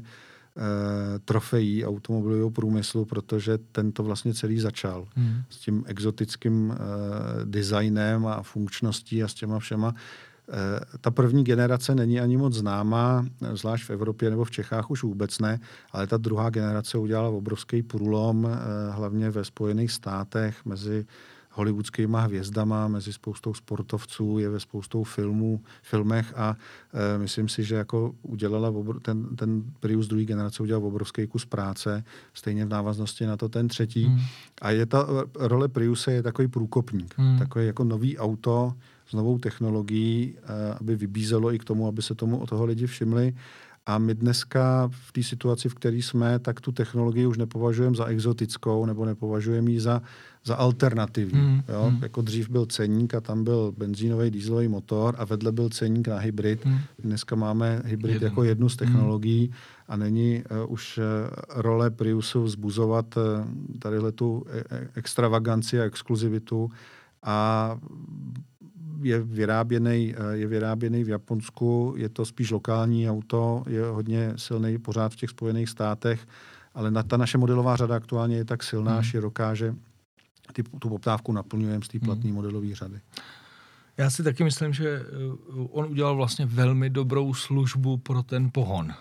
Speaker 1: trofejí automobilového průmyslu, protože ten to vlastně celý začal. Hmm. S tím exotickým uh, designem a funkčností a s těma všema. Uh, ta první generace není ani moc známá, zvlášť v Evropě nebo v Čechách už vůbec ne, ale ta druhá generace udělala obrovský průlom, uh, hlavně ve Spojených státech, mezi hollywoodskýma hvězdama, mezi spoustou sportovců, je ve spoustou filmů, filmech a e, myslím si, že jako udělala obr- ten, ten Prius druhé generace udělal obrovský kus práce, stejně v návaznosti na to ten třetí. Hmm. A je ta role Priuse je takový průkopník, hmm. takový jako nový auto s novou technologií, e, aby vybízelo i k tomu, aby se tomu o toho lidi všimli. A my dneska v té situaci, v které jsme, tak tu technologii už nepovažujeme za exotickou nebo nepovažujeme ji za, za alternativní. Mm, jo? Mm. Jako dřív byl ceník a tam byl benzínový, dieselový motor a vedle byl ceník na hybrid. Mm. Dneska máme hybrid Jeden. jako jednu z technologií mm. a není uh, už uh, role Priusu vzbuzovat uh, tadyhle tu e- extravaganci a exkluzivitu a je vyráběný, je vyráběný v Japonsku, je to spíš lokální auto, je hodně silný pořád v těch Spojených státech, ale na, ta naše modelová řada aktuálně je tak silná, hmm. široká, že ty, tu poptávku naplňujeme z té platné hmm. modelové řady.
Speaker 2: Já si taky myslím, že on udělal vlastně velmi dobrou službu pro ten pohon.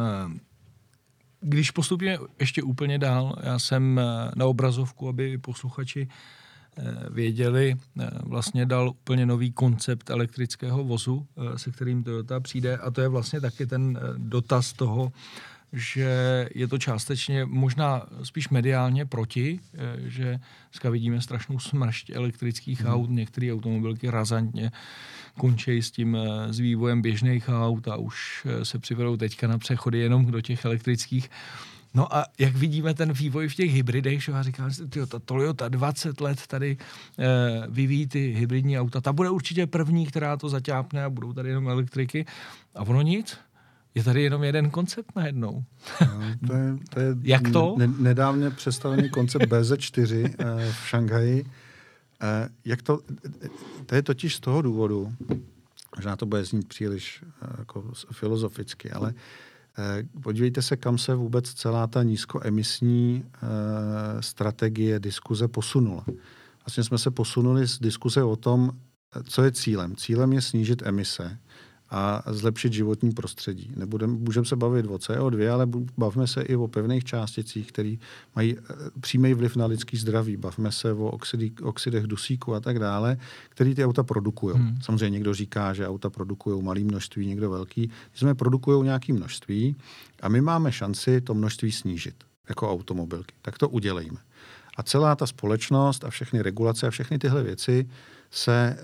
Speaker 2: Když postupně ještě úplně dál, já jsem na obrazovku, aby posluchači věděli, vlastně dal úplně nový koncept elektrického vozu, se kterým Toyota přijde, a to je vlastně taky ten dotaz toho, že je to částečně možná spíš mediálně proti, že dneska vidíme strašnou smršť elektrických hmm. aut, některé automobilky razantně končí s tím s vývojem běžných aut a už se přivedou teďka na přechody jenom do těch elektrických. No a jak vidíme ten vývoj v těch hybridech, že já říkám, že ta Toyota dvacet let tady e, vyvíjí ty hybridní auta, ta bude určitě první, která to zaťápne a budou tady jenom elektriky. A ono nic. Je tady jenom jeden koncept najednou.
Speaker 1: No, to je, to je
Speaker 2: jak to?
Speaker 1: Ne, nedávně představený koncept bé zet čtyři e, v Šanghaji. E, jak to, to je totiž z toho důvodu, možná to bude znít příliš e, jako filozoficky, ale podívejte se, kam se vůbec celá ta nízkoemisní e, strategie diskuze posunula. Vlastně jsme se posunuli z diskuze o tom, co je cílem. Cílem je snížit emise a zlepšit životní prostředí. Můžeme se bavit o C O dva, ale bavme se i o pevných částicích, které mají přímý vliv na lidský zdraví. Bavme se o oxidy, oxidech dusíku a tak dále, který ty auta produkují. Hmm. Samozřejmě někdo říká, že auta produkují malé množství, někdo velký. Jsme produkují nějaké množství a my máme šanci to množství snížit jako automobilky. Tak to udělejme. A celá ta společnost a všechny regulace a všechny tyhle věci se e,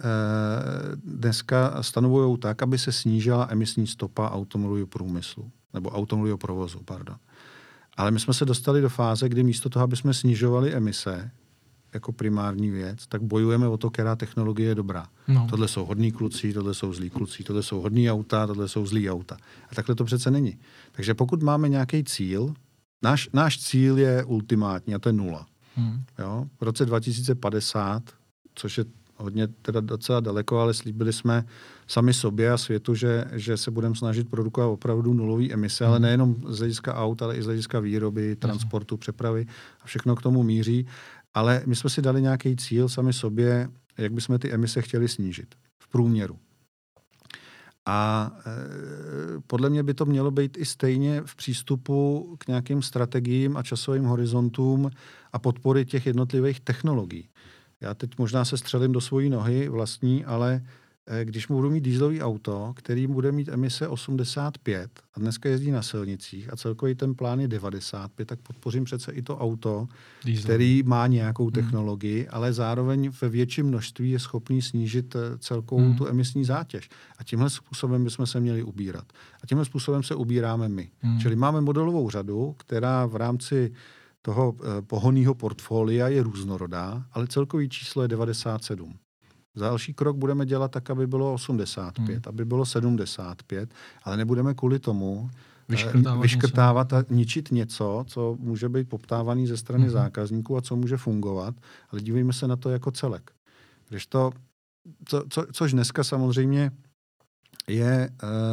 Speaker 1: dneska stanovují tak, aby se snížila emisní stopa automobilového průmyslu, nebo automobilového provozu, pardon. Ale my jsme se dostali do fáze, kdy místo toho, aby jsme snižovali emise jako primární věc, tak bojujeme o to, která technologie je dobrá. No. Tohle jsou hodní kluci, tohle jsou zlí kluci, tohle jsou hodní auta, tohle jsou zlí auta. A takhle to přece není. Takže pokud máme nějaký cíl, náš, náš cíl je ultimátní a to je nula. Hmm. Jo? V roce dva tisíce padesát, což je hodně teda docela daleko, ale slíbili jsme sami sobě a světu, že, že se budeme snažit produkovat opravdu nulový emise, ale nejenom z hlediska aut, ale i z hlediska výroby, transportu, přepravy a všechno k tomu míří. Ale my jsme si dali nějaký cíl sami sobě, jak bychom ty emise chtěli snížit v průměru. A e, podle mě by to mělo být i stejně v přístupu k nějakým strategiím a časovým horizontům a podpory těch jednotlivých technologií. Já teď možná se střelím do svojí nohy vlastní, ale e, když budu mít dieselový auto, který bude mít emise osmdesát pět a dneska jezdí na silnicích a celkový ten plán je devadesát pět, tak podpořím přece i to auto, Diesel. který má nějakou technologii, hmm. ale zároveň ve větším množství je schopný snížit celkovou hmm. tu emisní zátěž. A tímhle způsobem bychom se měli ubírat. A tímhle způsobem se ubíráme my. Hmm. Čili máme modelovou řadu, která v rámci toho eh, pohonného portfolia je různorodá, ale celkový číslo je devadesát sedm. Za další krok budeme dělat tak, aby bylo osmdesát pět, hmm. aby bylo sedmdesát pět, ale nebudeme kvůli tomu vyškrtávat, vyškrtávat a ničit něco, co může být poptávaný ze strany hmm. zákazníků a co může fungovat, ale dívejme se na to jako celek. Když to, co, co, což dneska samozřejmě je,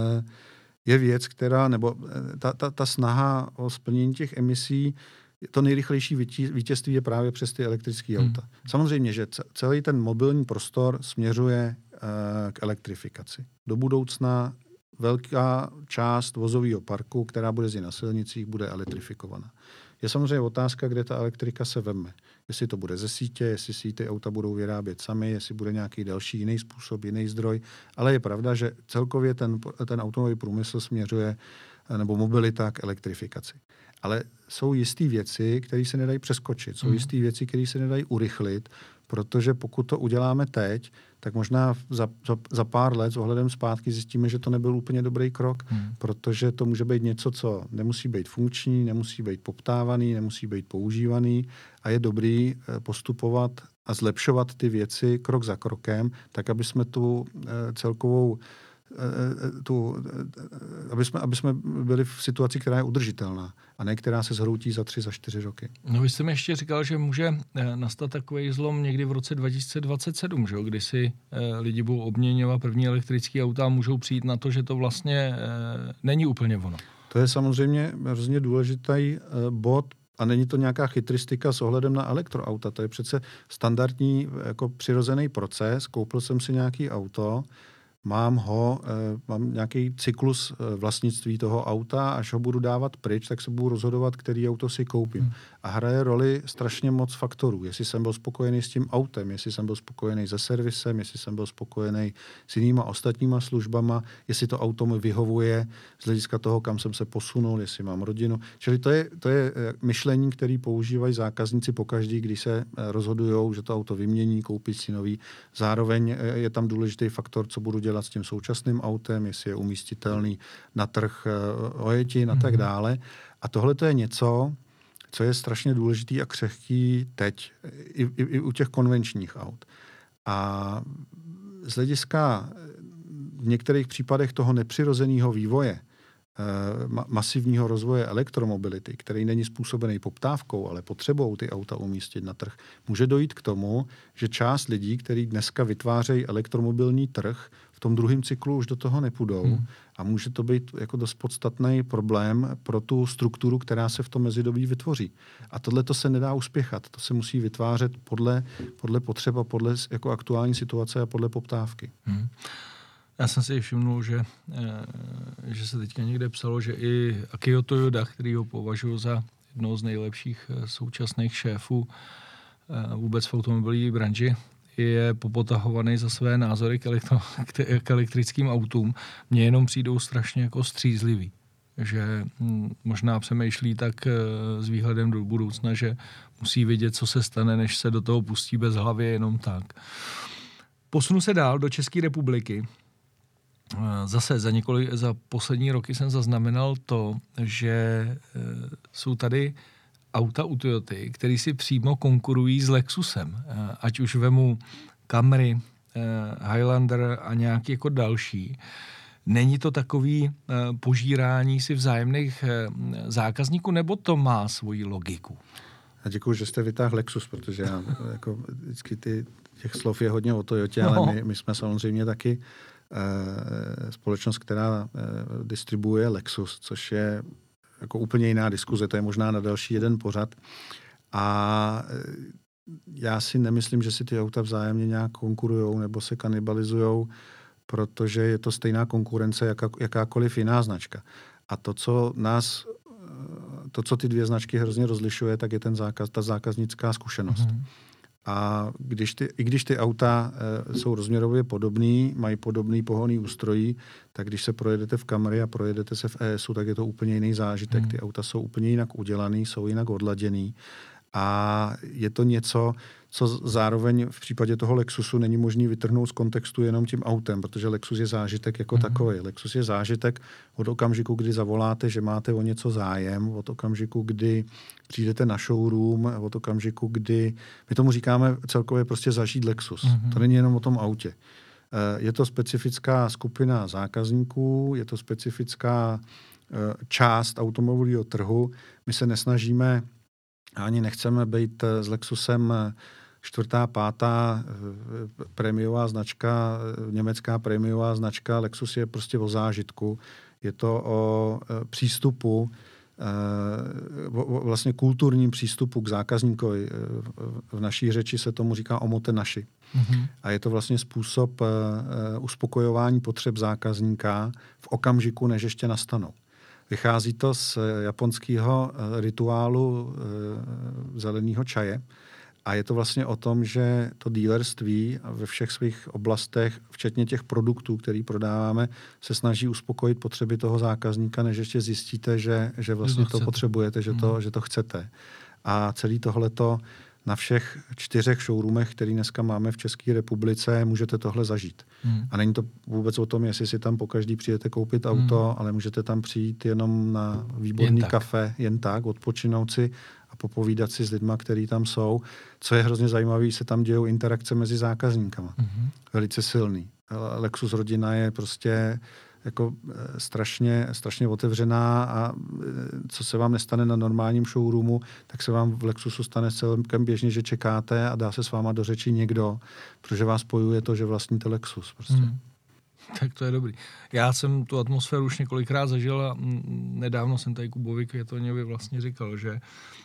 Speaker 1: je věc, která, nebo ta, ta, ta snaha o splnění těch emisí, to nejrychlejší vítězství je právě přes ty elektrické hmm. auta. Samozřejmě, že celý ten mobilní prostor směřuje uh, k elektrifikaci. Do budoucna velká část vozového parku, která bude jezdit na silnicích, bude elektrifikovaná. Je samozřejmě otázka, kde ta elektrika se veme. Jestli to bude ze sítě, jestli si ty auta budou vyrábět sami, jestli bude nějaký další jiný způsob, jiný zdroj. Ale je pravda, že celkově ten, ten automobilový průmysl směřuje, nebo mobilita k elektrifikaci. Ale jsou jisté věci, které se nedají přeskočit. Jsou mm. jisté věci, které se nedají urychlit, protože pokud to uděláme teď, tak možná za, za, za pár let s ohledem zpátky zjistíme, že to nebyl úplně dobrý krok, mm. protože to může být něco, co nemusí být funkční, nemusí být poptávaný, nemusí být používaný a je dobrý postupovat a zlepšovat ty věci krok za krokem, tak aby jsme tu celkovou Tu, aby, jsme, aby jsme byli v situaci, která je udržitelná a ne která se zhroutí za tři, za čtyři roky.
Speaker 2: No vy jste mi ještě říkal, že může nastat takový zlom někdy v roce dva tisíce dvacet sedm, že? Kdy si eh, lidi budou obměňovat první elektrické auta a můžou přijít na to, že to vlastně eh, není úplně ono.
Speaker 1: To je samozřejmě hrozně důležitý eh, bod, a není to nějaká chytristika s ohledem na elektroauta. To je přece standardní jako přirozený proces. Koupil jsem si nějaký auto, mám ho, mám nějaký cyklus vlastnictví toho auta, až ho budu dávat pryč, tak se budu rozhodovat, který auto si koupím. Hmm. A hraje roli strašně moc faktorů. Jestli jsem byl spokojený s tím autem, jestli jsem byl spokojený se servisem, jestli jsem byl spokojený s jinýma ostatníma službama, jestli to auto mi vyhovuje z hlediska toho, kam jsem se posunul, jestli mám rodinu. Čili to je, to je myšlení, které používají zákazníci pokaždý, když se rozhodujou, že to auto vymění, koupí si nový. Zároveň je tam důležitý faktor, co budu dělat s tím současným autem, jestli je umístitelný na trh ojetin a tak dále. A tohle to je něco, co je strašně důležitý a křehký teď, i, i, i u těch konvenčních aut. A z hlediska v některých případech toho nepřirozeného vývoje, ma, masivního rozvoje elektromobility, který není způsobený poptávkou, ale potřebou ty auta umístit na trh, může dojít k tomu, že část lidí, kteří dneska vytvářejí elektromobilní trh, v tom druhém cyklu už do toho nepůjdou hmm. a může to být jako dost podstatný problém pro tu strukturu, která se v tom mezidobí vytvoří. A tohle to se nedá uspěchat. To se musí vytvářet podle, podle potřeba, podle jako aktuální situace a podle poptávky. Hmm.
Speaker 2: Já jsem si všimnul, že, že se teďka někde psalo, že i Akio Toyoda, který ho považuji za jednoho z nejlepších současných šéfů vůbec v automobilové branži, je popotahovaný za své názory k, elektro, k elektrickým autům. Mně jenom přijdou strašně jako střízlivý. Že možná přemýšlí tak s výhledem do budoucna, že musí vidět, co se stane, než se do toho pustí bez hlavy jenom tak. Posunu se dál do České republiky. Zase za, několik, za poslední roky jsem zaznamenal to, že jsou tady auta u Toyoty, který si přímo konkurují s Lexusem. Ať už vemu Camry, Highlander a nějaký jako další. Není to takový požírání si vzájemných zákazníků, nebo to má svoji logiku?
Speaker 1: A děkuji, že jste vytáhl Lexus, protože já jako vždycky ty těch slov je hodně o Toyotě, no. ale my, my jsme samozřejmě taky eh, společnost, která eh, distribuuje Lexus, což je jako úplně jiná diskuze, to je možná na další jeden pořad. A eh, já si nemyslím, že si ty auta vzájemně nějak konkurujou nebo se kanibalizujou, protože je to stejná konkurence, jaká, jakákoliv jiná značka. A to, co nás, to, co ty dvě značky hrozně rozlišuje, tak je ten zákaz, ta zákaznická zkušenost. Mm-hmm. A když ty, i když ty auta e, jsou rozměrově podobný, mají podobný pohonný ústrojí, tak když se projedete v Camry a projedete se v E S U, tak je to úplně jiný zážitek. Mm. Ty auta jsou úplně jinak udělaný, jsou jinak odladěný. A je to něco, co zároveň v případě toho Lexusu není možný vytrhnout z kontextu jenom tím autem, protože Lexus je zážitek jako mm-hmm. takový. Lexus je zážitek od okamžiku, kdy zavoláte, že máte o něco zájem, od okamžiku, kdy přijdete na showroom, od okamžiku, kdy... My tomu říkáme celkově prostě zažít Lexus. Mm-hmm. To není jenom o tom autě. Je to specifická skupina zákazníků, je to specifická část automobilového trhu. My se nesnažíme ani nechceme být s Lexusem čtvrtá, pátá prémiová značka, německá prémiová značka. Lexus je prostě o zážitku. Je to o přístupu, o vlastně kulturním přístupu k zákazníkovi. V naší řeči se tomu říká omote naši. Mm-hmm. A je to vlastně způsob uspokojování potřeb zákazníka v okamžiku, než ještě nastanou. Vychází to z japonského rituálu zeleného čaje a je to vlastně o tom, že to dealerství ve všech svých oblastech, včetně těch produktů, který prodáváme, se snaží uspokojit potřeby toho zákazníka, než ještě zjistíte, že, že vlastně to, to potřebujete, že to, hmm. že to chcete. A celý tohleto na všech čtyřech showroomech, který dneska máme v České republice, můžete tohle zažít. Hmm. A není to vůbec o tom, jestli si tam pokaždý přijete koupit auto, hmm. ale můžete tam přijít jenom na výborný jen kafe, jen tak, odpočinout si a popovídat si s lidma, kteří tam jsou. Co je hrozně zajímavé, se tam dějou interakce mezi zákazníkama. Hmm. Velice silný. Lexus rodina je prostě jako strašně, strašně otevřená a co se vám nestane na normálním showroomu, tak se vám v Lexusu stane celkem běžně, že čekáte a dá se s váma do řeči někdo, protože vás spojuje to, že vlastníte Lexus. Prostě. Hmm.
Speaker 2: Tak to je dobrý. Já jsem tu atmosféru už několikrát zažil a nedávno jsem tady Kubovi Květoňovi vlastně říkal, že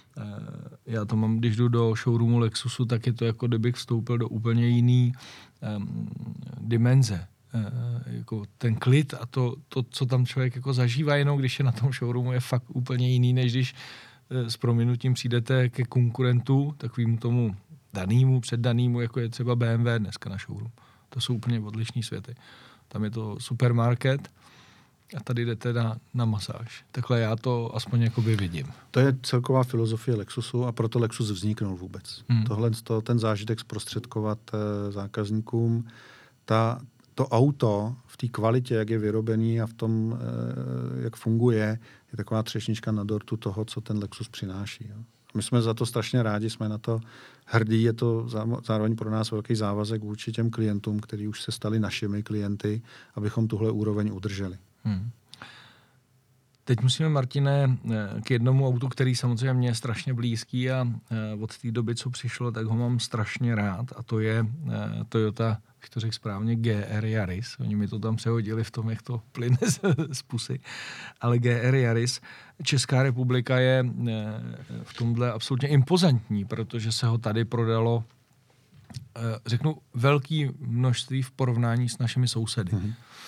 Speaker 2: já to mám, když jdu do showroomu Lexusu, tak je to jako kdybych vstoupil do úplně jiný um, dimenze. Jako ten klid a to, to, co tam člověk jako zažívá jenom, když je na tom showroomu, je fakt úplně jiný, než když s prominutím přijdete ke konkurentu, takovému tomu danýmu, předdanýmu, jako je třeba B M W dneska na showroom. To jsou úplně odlišný světy. Tam je to supermarket a tady jdete na, na masáž. Takhle já to aspoň jakoby vidím.
Speaker 1: To je celková filozofie Lexusu a proto Lexus vzniknul vůbec. Hmm. Tohle, to, ten zážitek zprostředkovat eh, zákazníkům, ta to auto v té kvalitě, jak je vyrobený a v tom, jak funguje, je taková třešnička na dortu toho, co ten Lexus přináší. My jsme za to strašně rádi, jsme na to hrdí, je to zároveň pro nás velký závazek vůči těm klientům, kteří už se stali našimi klienty, abychom tuhle úroveň udrželi. Hmm.
Speaker 2: Teď musíme, Martine, k jednomu autu, který samozřejmě mě je strašně blízký a od té doby, co přišlo, tak ho mám strašně rád a to je Toyota, jak to řekl správně, G R Yaris. Oni mi to tam přehodili v tom, jak to plyne z, z pusy. Ale G R Yaris, Česká republika je v tomhle absolutně impozantní, protože se ho tady prodalo, řeknu, velké množství v porovnání s našimi sousedy. Mm-hmm.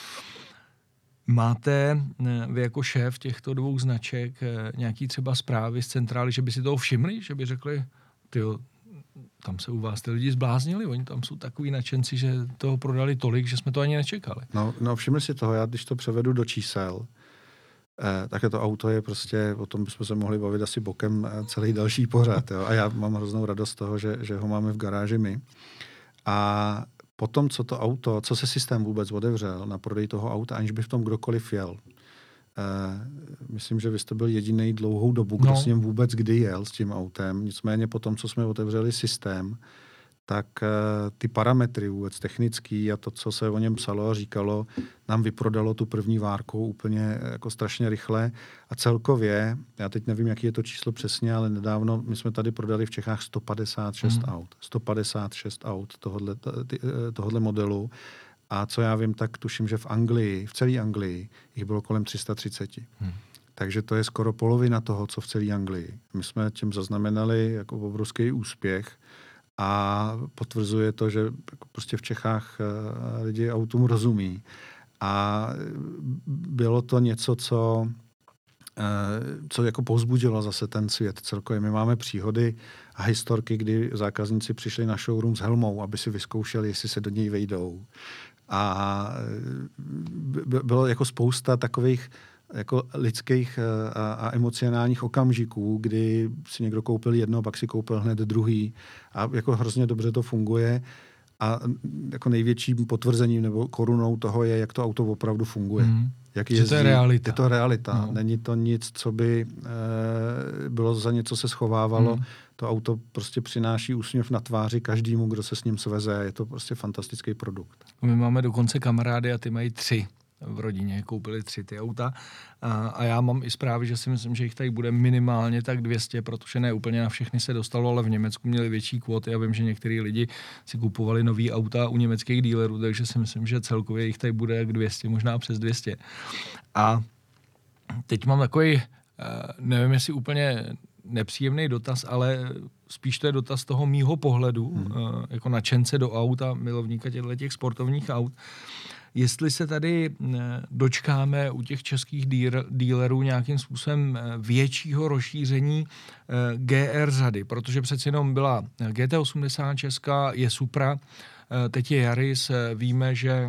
Speaker 2: Máte vy jako šéf těchto dvou značek nějaký třeba zprávy z centrály, že by si toho všimli, že by řekli, tyjo, tam se u vás ty lidi zbláznili, oni tam jsou takový nadšenci, že toho prodali tolik, že jsme to ani nečekali.
Speaker 1: No, no všimli si toho, já když to převedu do čísel, eh, tak to auto je prostě, o tom bychom se mohli bavit asi bokem celý další pořad. Jo? A já mám hroznou radost z toho, že, že ho máme v garáži my. A potom, co to auto, co se systém vůbec otevřel na prodej toho auta, aniž by v tom kdokoliv jel. Eh, myslím, že vy jste byl jedinej dlouhou dobu, kdo no. s ním vůbec kdy jel s tím autem. Nicméně potom, co jsme otevřeli systém, tak ty parametry vůbec technický a to, co se o něm psalo a říkalo, nám vyprodalo tu první várku úplně jako strašně rychle. A celkově, já teď nevím, jaký je to číslo přesně, ale nedávno my jsme tady prodali v Čechách sto padesát šest mm. aut. sto padesát šest aut tohodle, tohodle modelu. A co já vím, tak tuším, že v Anglii, v celé Anglii, jich bylo kolem tři sta třicet. Hmm. Takže to je skoro polovina toho, co v celé Anglii. My jsme tím zaznamenali jako obrovský úspěch a potvrzuje to, že prostě v Čechách lidi autům rozumí. A bylo to něco, co, co jako povzbudilo zase ten svět celkově. My máme příhody a historky, kdy zákazníci přišli na showroom s helmou, aby si vyzkoušeli, jestli se do něj vejdou. A bylo jako spousta takových jako lidských a, a emocionálních okamžiků, kdy si někdo koupil jedno, pak si koupil hned druhý a jako hrozně dobře to funguje. A jako největším potvrzením nebo korunou toho je, jak to auto opravdu funguje. Mm. Jak jezdí.
Speaker 2: To je realita.
Speaker 1: Je to realita.
Speaker 2: No.
Speaker 1: Není to nic, co by e, bylo za něco se schovávalo. Mm. To auto prostě přináší úsměv na tváři každému, kdo se s ním sveze. Je to prostě fantastický produkt.
Speaker 2: My máme dokonce kamarády a ty mají tři v rodině, koupili tři ty auta a, a já mám i zprávy, že si myslím, že jich tady bude minimálně tak dvě stě, protože ne úplně na všechny se dostalo, ale v Německu měli větší kvóty a vím, že některý lidi si kupovali nový auta u německých dílerů, takže si myslím, že celkově jich tady bude jak dvě stě, možná přes dvě stě. A teď mám takový, nevím, jestli úplně nepříjemný dotaz, ale spíš to je dotaz toho mýho pohledu, hmm. jako nadšence do auta, milovníka těchto těch sportovních aut. Jestli se tady dočkáme u těch českých dílerů nějakým způsobem většího rozšíření G R řady, protože přeci jenom byla G T osmdesát česká, je Supra, teď je Yaris, víme, že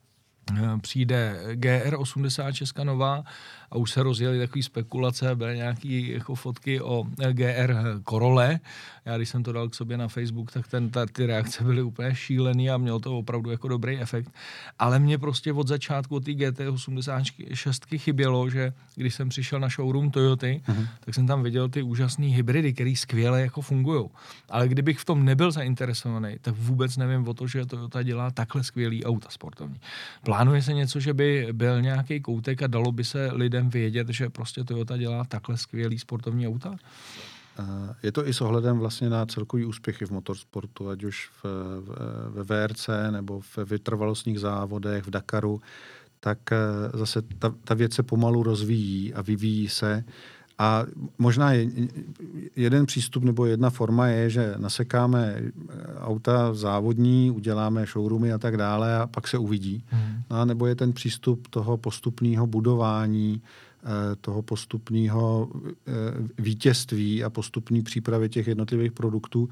Speaker 2: přijde G R osmdesát česká nová a už se rozjeli takové spekulace, byly nějaké jako fotky o G R Corolle. Já když jsem to dal k sobě na Facebook, tak ten, ta, ty reakce byly úplně šílený a mělo to opravdu jako dobrý efekt. Ale mě prostě od začátku od té G T osmdesát šest chybělo, že když jsem přišel na showroom Toyoty, uh-huh. tak jsem tam viděl ty úžasné hybridy, které skvěle jako fungujou. Ale kdybych v tom nebyl zainteresovaný, tak vůbec nevím o to, že Toyota dělá takhle skvělý auta sportovní. Plánuje se něco, že by byl nějaký koutek a dalo by se lidem vědět, že prostě Toyota dělá takhle skvělý sportovní auta?
Speaker 1: Je to i s ohledem vlastně na celkový úspěchy v motorsportu, ať už v, ve V R C nebo v vytrvalostních závodech, v Dakaru, tak zase ta, ta věc se pomalu rozvíjí a vyvíjí se. A možná je, jeden přístup nebo jedna forma je, že nasekáme auta závodní, uděláme showroomy a tak dále a pak se uvidí. Hmm. No, nebo je ten přístup toho postupného budování, toho postupného vítězství a postupné přípravy těch jednotlivých produktů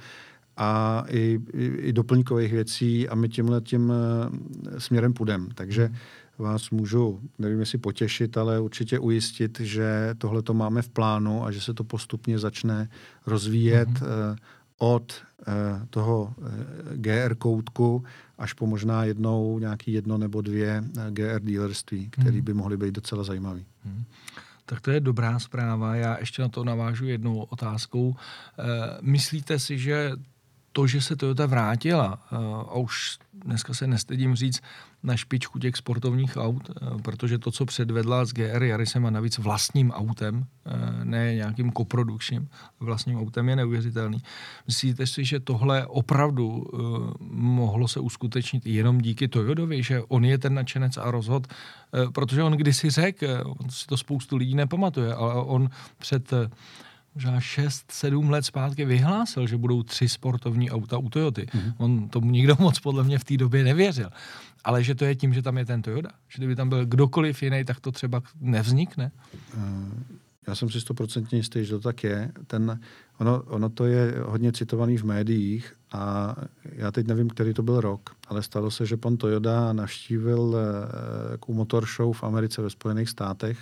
Speaker 1: a i, i, i doplňkových věcí a my tímhle tím směrem půjdeme. Takže vás můžu, nevím jestli potěšit, ale určitě ujistit, že tohle to máme v plánu a že se to postupně začne rozvíjet mm-hmm. od toho G R koutku až po možná jednou nějaký jedno nebo dvě G R dealerství, které by mohly být docela zajímavý.
Speaker 2: Mm. Tak to je dobrá zpráva. Já ještě na to navážu jednou otázkou. Myslíte si, že to, že se Toyota vrátila, a už dneska se nestydím říct, na špičku těch sportovních aut, protože to, co předvedla s G R Yarisem a navíc vlastním autem, ne nějakým koprodukčním, vlastním autem je neuvěřitelný. Myslíte si, že tohle opravdu mohlo se uskutečnit jenom díky Toyotovi, že on je ten nadšenec a rozhod, protože on kdysi řekl, on si to spoustu lidí nepamatuje, ale on před možná šest, sedm let zpátky vyhlásil, že budou tři sportovní auta u Toyoty. Mm-hmm. On tomu nikdo moc podle mě v té době nevěřil. Ale že to je tím, že tam je ten Toyota. Že kdyby tam byl kdokoliv jiný, tak to třeba nevznikne.
Speaker 1: Já jsem si stoprocentně jistý, že to tak je. Ten, ono, ono to je hodně citovaný v médiích a já teď nevím, který to byl rok, ale stalo se, že pan Toyota navštívil uh, motor show v Americe ve Spojených státech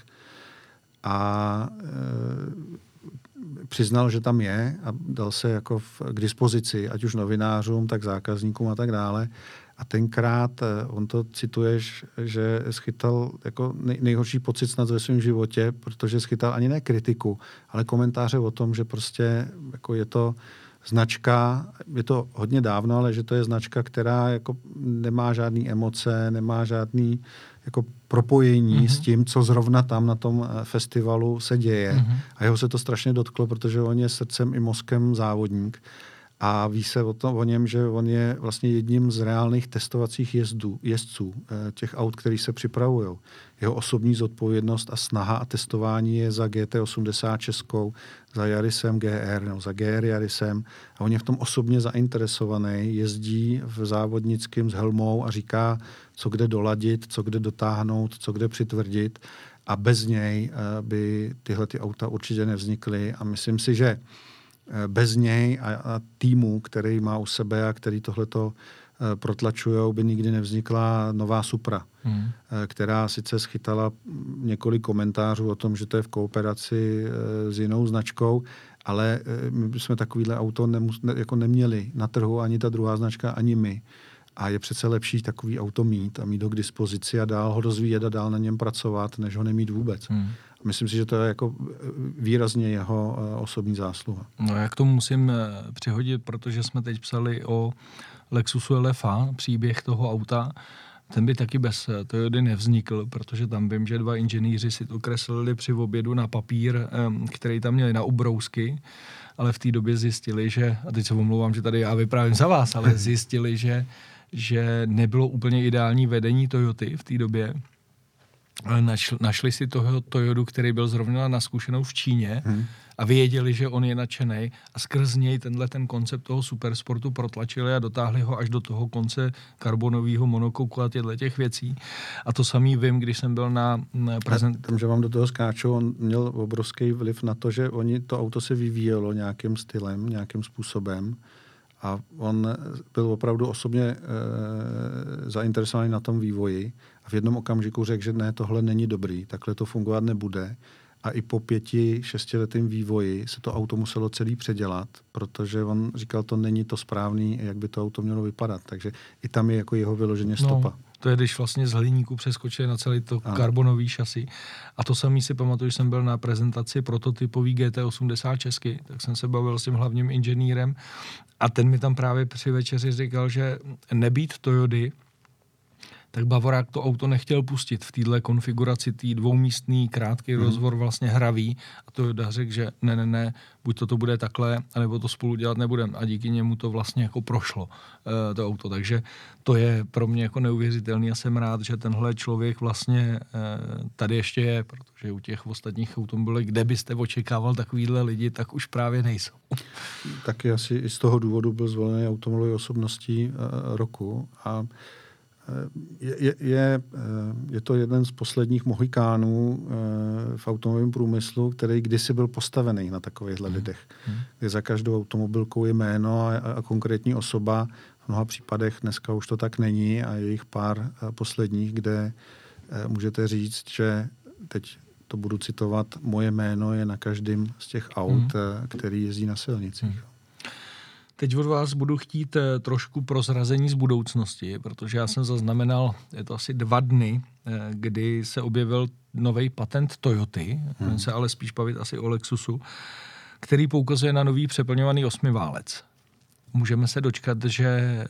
Speaker 1: a uh, přiznal, že tam je a dal se jako v, k dispozici, ať už novinářům, tak zákazníkům a tak dále. A tenkrát, on to cituješ, že schytal jako nej, nejhorší pocit snad ve svém životě, protože schytal ani ne kritiku, ale komentáře o tom, že prostě jako je to značka, je to hodně dávno, ale že to je značka, která jako nemá žádný emoce, nemá žádný jako propojení mm-hmm. s tím, co zrovna tam na tom festivalu se děje. Mm-hmm. A jeho se to strašně dotklo, protože on je srdcem i mozkem závodník. A ví se o, tom, o něm, že on je vlastně jedním z reálných testovacích jezdů, jezdců těch aut, který se připravují. Jeho osobní zodpovědnost a snaha a testování je za G T osmdesát Českou, za Yarisem G R, nebo za G R Yarisem. A on je v tom osobně zainteresovaný, jezdí v závodnickém s helmou a říká, co kde doladit, co kde dotáhnout, co kde přitvrdit. A bez něj by tyhle ty auta určitě nevznikly. A myslím si, že bez něj a, a týmu, který má u sebe a který tohleto e, protlačujou, by nikdy nevznikla nová Supra, hmm. e, která sice schytala několik komentářů o tom, že to je v kooperaci e, s jinou značkou, ale e, my bychom takovýhle auto nemus, ne, jako neměli na trhu ani ta druhá značka, ani my. A je přece lepší takový auto mít a mít ho k dispozici a dál ho rozvíjet a dál na něm pracovat, než ho nemít vůbec. Hmm. Myslím si, že to je jako výrazně jeho osobní zásluha.
Speaker 2: No, já k tomu musím přihodit, protože jsme teď psali o Lexusu L F A, příběh toho auta. Ten by taky bez Toyoty nevznikl, protože tam vím, že dva inženýři si to kreslili při obědu na papír, který tam měli na ubrousky, ale v té době zjistili, že, a teď se omlouvám, že tady já vyprávím za vás, ale zjistili, že, že nebylo úplně ideální vedení Toyoty v té době. Našli, našli si toho Toyotu, který byl zrovna naskoušenou v Číně hmm. a věděli, že on je nadšenej a skrz něj tenhle ten koncept toho supersportu protlačili a dotáhli ho až do toho konce karbonového monokoku a těchto těch věcí. A to samý vím, když jsem byl na, na prezent...
Speaker 1: Tam, že vám do toho skáču, on měl obrovský vliv na to, že oni, to auto se vyvíjelo nějakým stylem, nějakým způsobem a on byl opravdu osobně e, zainteresovaný na tom vývoji. A v jednom okamžiku řekl, že ne, tohle není dobrý, takhle to fungovat nebude. A i po pěti, šestiletým vývoji se to auto muselo celý předělat, protože on říkal, to není to správný, jak by to auto mělo vypadat. Takže i tam je jako jeho vyloženě stopa.
Speaker 2: No, to je, když vlastně z hliníku přeskočil na celý to ano. karbonový šasy. A to samý si pamatuju, že jsem byl na prezentaci prototypový G T osmdesát Česky, tak jsem se bavil s tím hlavním inženýrem a ten mi tam právě při večeři říkal, že nebýt Toyoty, tak Bavorák to auto nechtěl pustit v téhle konfiguraci, tý dvoumístný krátký hmm. rozvor vlastně hravý a Toyota řekl, že ne, ne, ne, buď to, to bude takhle, anebo to spolu dělat nebudem a díky němu to vlastně jako prošlo uh, to auto, takže to je pro mě jako neuvěřitelný a jsem rád, že tenhle člověk vlastně uh, tady ještě je, protože u těch ostatních automobilů, kde byste očekával takovýhle lidi, tak už právě nejsou.
Speaker 1: Taky asi i z toho důvodu byl zvolený automobilovou osobností uh, roku a Je, je, je, je to jeden z posledních mohikánů v automobilovém průmyslu, který kdysi byl postavený na takovýchhle hmm. lidech. Hmm. Kde za každou automobilkou je jméno a, a konkrétní osoba. V mnoha případech dneska už to tak není a je jich pár posledních, kde můžete říct, že teď to budu citovat, moje jméno je na každém z těch aut, hmm. který jezdí na silnicích. Hmm.
Speaker 2: Teď od vás budu chtít trošku prozrazení z budoucnosti, protože já jsem zaznamenal, je to asi dva dny, kdy se objevil nový patent Toyoty, hmm. se ale spíš bavit asi o Lexusu, který poukazuje na nový přeplňovaný osmiválec. Můžeme se dočkat, že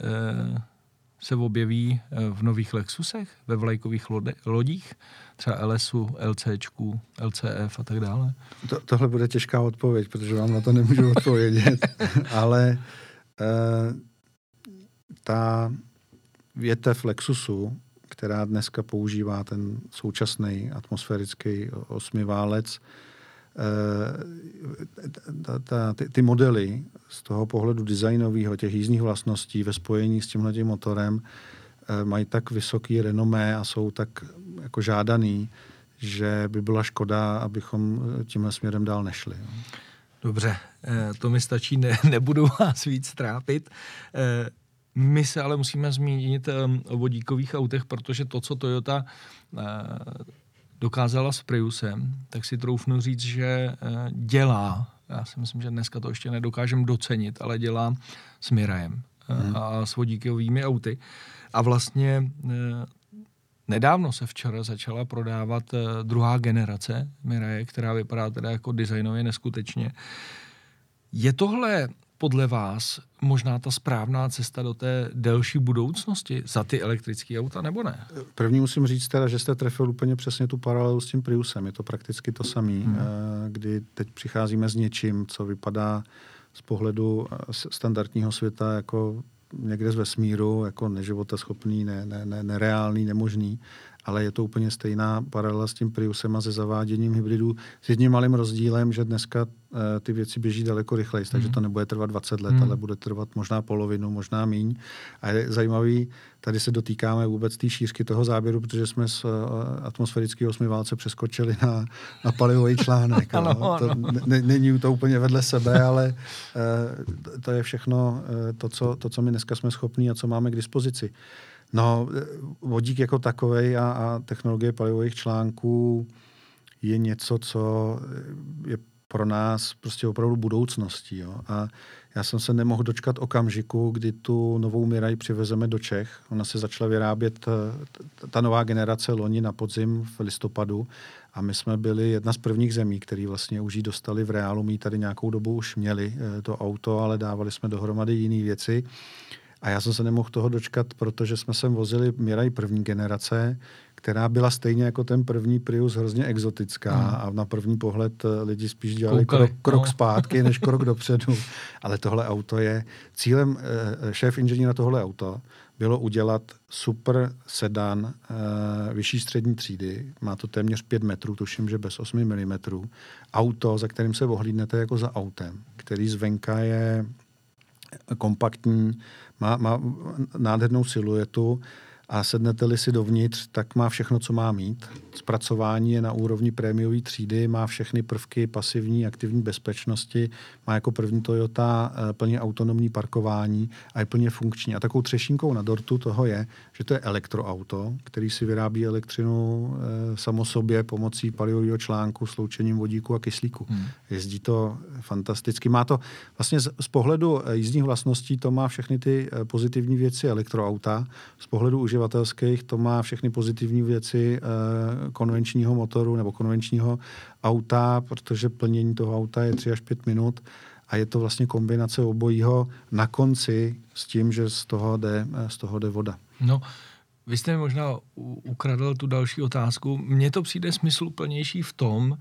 Speaker 2: se objeví v nových Lexusech, ve vlajkových lodích, třeba LSu, LCčku, L C F a tak dále?
Speaker 1: To, tohle bude těžká odpověď, protože vám na to nemůžu odpovědět, ale eh, ta větev Lexusu, která dneska používá ten současný atmosférický osmiválec, Ta, ta, ty, ty modely z toho pohledu designového, těch jízdních vlastností ve spojení s tímhletím motorem e, mají tak vysoký renomé a jsou tak jako žádaný, že by byla škoda, abychom tímhle směrem dál nešli.
Speaker 2: Dobře, e, to mi stačí, ne, nebudu vás víc trápit. E, my se ale musíme zmínit e, o vodíkových autech, protože to, co Toyota e, dokázala s Priusem, tak si troufnu říct, že dělá, já si myslím, že dneska to ještě nedokážem docenit, ale dělá s Mirajem hmm. a s vodíkovými auty. A vlastně nedávno se včera začala prodávat druhá generace Miraje, která vypadá teda jako designově neskutečně. Je tohle podle vás možná ta správná cesta do té delší budoucnosti za ty elektrické auta, nebo ne?
Speaker 1: První musím říct teda, že jste trefil úplně přesně tu paralelu s tím Priusem. Je to prakticky to samé, hmm. kdy teď přicházíme s něčím, co vypadá z pohledu standardního světa jako někde z vesmíru, jako neživotaschopný, ne, ne, ne, nereálný, nemožný, ale je to úplně stejná paralela s tím Priusem a se zaváděním hybridů s jedním malým rozdílem, že dneska uh, ty věci běží daleko rychleji, takže to nebude trvat dvacet let, mm. ale bude trvat možná polovinu, možná míň. A je zajímavý, tady se dotýkáme vůbec té šířky toho záběru, protože jsme z uh, atmosférického osmiválce přeskočili na, na palivový článek.
Speaker 2: ano,
Speaker 1: to,
Speaker 2: ano.
Speaker 1: Ne, není to úplně vedle sebe, ale uh, to je všechno uh, to, co, to, co my dneska jsme schopní a co máme k dispozici. No, vodík jako takovej a, a technologie palivových článků je něco, co je pro nás prostě opravdu budoucností. Jo. A já jsem se nemohl dočkat okamžiku, kdy tu novou Mirai přivezeme do Čech. Ona se začala vyrábět, ta nová generace loni na podzim v listopadu a my jsme byli jedna z prvních zemí, který vlastně už ji dostali v reálu. My tady nějakou dobu už měli to auto, ale dávali jsme dohromady jiné věci. A já jsem se nemohl toho dočkat, protože jsme sem vozili Mirai první generace, která byla stejně jako ten první Prius hrozně exotická mm. a na první pohled lidi spíš dělali
Speaker 2: Koukali,
Speaker 1: krok, krok
Speaker 2: no.
Speaker 1: zpátky, než krok dopředu. Ale tohle auto je... Cílem šéf inženýra tohle auto bylo udělat super sedan e, vyšší střední třídy. Má to téměř pět metrů, tuším, že bez osm milimetrů. Auto, za kterým se ohlídnete jako za autem, který zvenka je kompaktní, má, má nádhernou siluetu a sednete-li si dovnitř, tak má všechno, co má mít. Zpracování je na úrovni prémiové třídy, má všechny prvky pasivní, aktivní bezpečnosti, má jako první Toyota plně autonomní parkování a je plně funkční. A takovou třešínkou na dortu toho je, že to je elektroauto, který si vyrábí elektřinu e, samo sobě pomocí palivového článku, sloučením vodíku a kyslíku. Hmm. Jezdí to fantasticky. Má to vlastně z, z pohledu jízdních vlastností to má všechny ty pozitivní věci elektroauta. Z pohledu uživatelských to má všechny pozitivní věci e, konvenčního motoru nebo konvenčního auta, protože plnění toho auta je tři až pět minut a je to vlastně kombinace obojího na konci s tím, že z toho jde, z toho jde voda.
Speaker 2: No, vy jste mi možná ukradl tu další otázku. Mně to přijde smysluplnější v tom,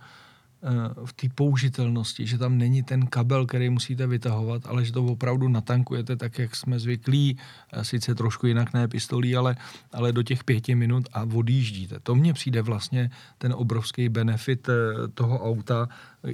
Speaker 2: v té použitelnosti, že tam není ten kabel, který musíte vytahovat, ale že to opravdu natankujete tak, jak jsme zvyklí, sice trošku jinak, ne pistolí, ale, ale do těch pěti minut a odjíždíte. To mně přijde vlastně ten obrovský benefit toho auta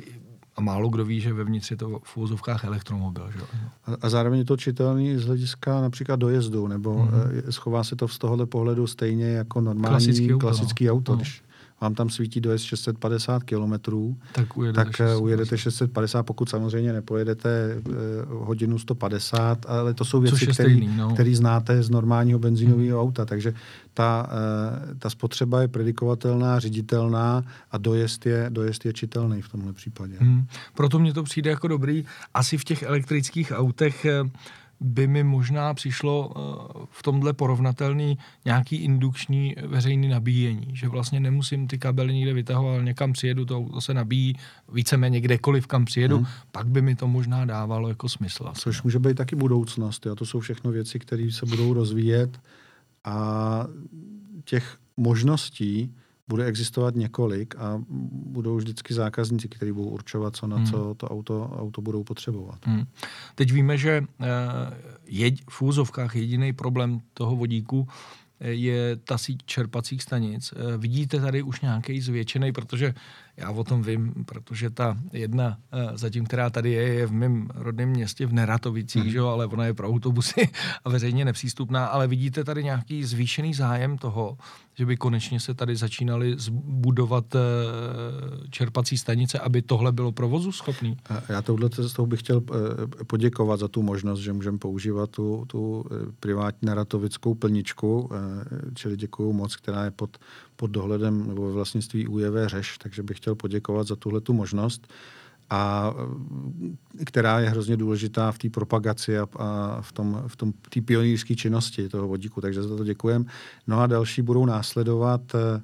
Speaker 2: a málo kdo ví, že vevnitř je to v úvozovkách elektromobil. Že?
Speaker 1: A, a zároveň je to čitelný z hlediska například dojezdu, nebo mm-hmm. schová se to z tohohle pohledu stejně jako normální klasický auto. Klasický auto. No. Když vám tam svítí dojezd šest set padesát kilometrů, tak ujedete, tak šest set padesát. Ujedete šest set padesát, pokud samozřejmě nepojedete eh, hodinu sto padesát, ale to jsou věci, které no. znáte z normálního benzínového hmm. auta, takže ta, eh, ta spotřeba je predikovatelná, řiditelná a dojezd je, dojezd je čitelný v tomhle případě.
Speaker 2: Hmm. Proto mně to přijde jako dobrý. Asi v těch elektrických autech eh, by mi možná přišlo v tomhle porovnatelný nějaký indukční veřejný nabíjení, že vlastně nemusím ty kabely nikde vytahovat, ale někam přijedu, to, to se nabíjí víceméně kdekoliv, kam přijedu, hmm. pak by mi to možná dávalo jako smysl. Asi.
Speaker 1: Což může být taky budoucnost. Jo? To jsou všechno věci, které se budou rozvíjet a těch možností bude existovat několik a budou vždycky zákazníci, kteří budou určovat, co na hmm. co to auto, auto budou potřebovat. Hmm.
Speaker 2: Teď víme, že je v úzovkách jediný problém toho vodíku je ta síť čerpacích stanic. Vidíte tady už nějaký zvětšený, protože já o tom vím, protože ta jedna zatím, která tady je, je v mém rodném městě v Neratovicích, hmm. že jo, ale ona je pro autobusy a veřejně nepřístupná, ale vidíte tady nějaký zvýšený zájem toho, že by konečně se tady začínaly budovat čerpací stanice, aby tohle bylo provozu schopný?
Speaker 1: Já touhle cestou bych chtěl poděkovat za tu možnost, že můžeme používat tu, tu privátní neratovickou plničku, čili děkuju moc, která je pod, pod dohledem nebo ve vlastnictví ú jé vé Řeš, takže bych chtěl poděkovat za tuhletu možnost, a která je hrozně důležitá v té propagaci a, a v tom, v tom té pionýrské činnosti toho vodíku, takže za to děkujem. No a další budou následovat,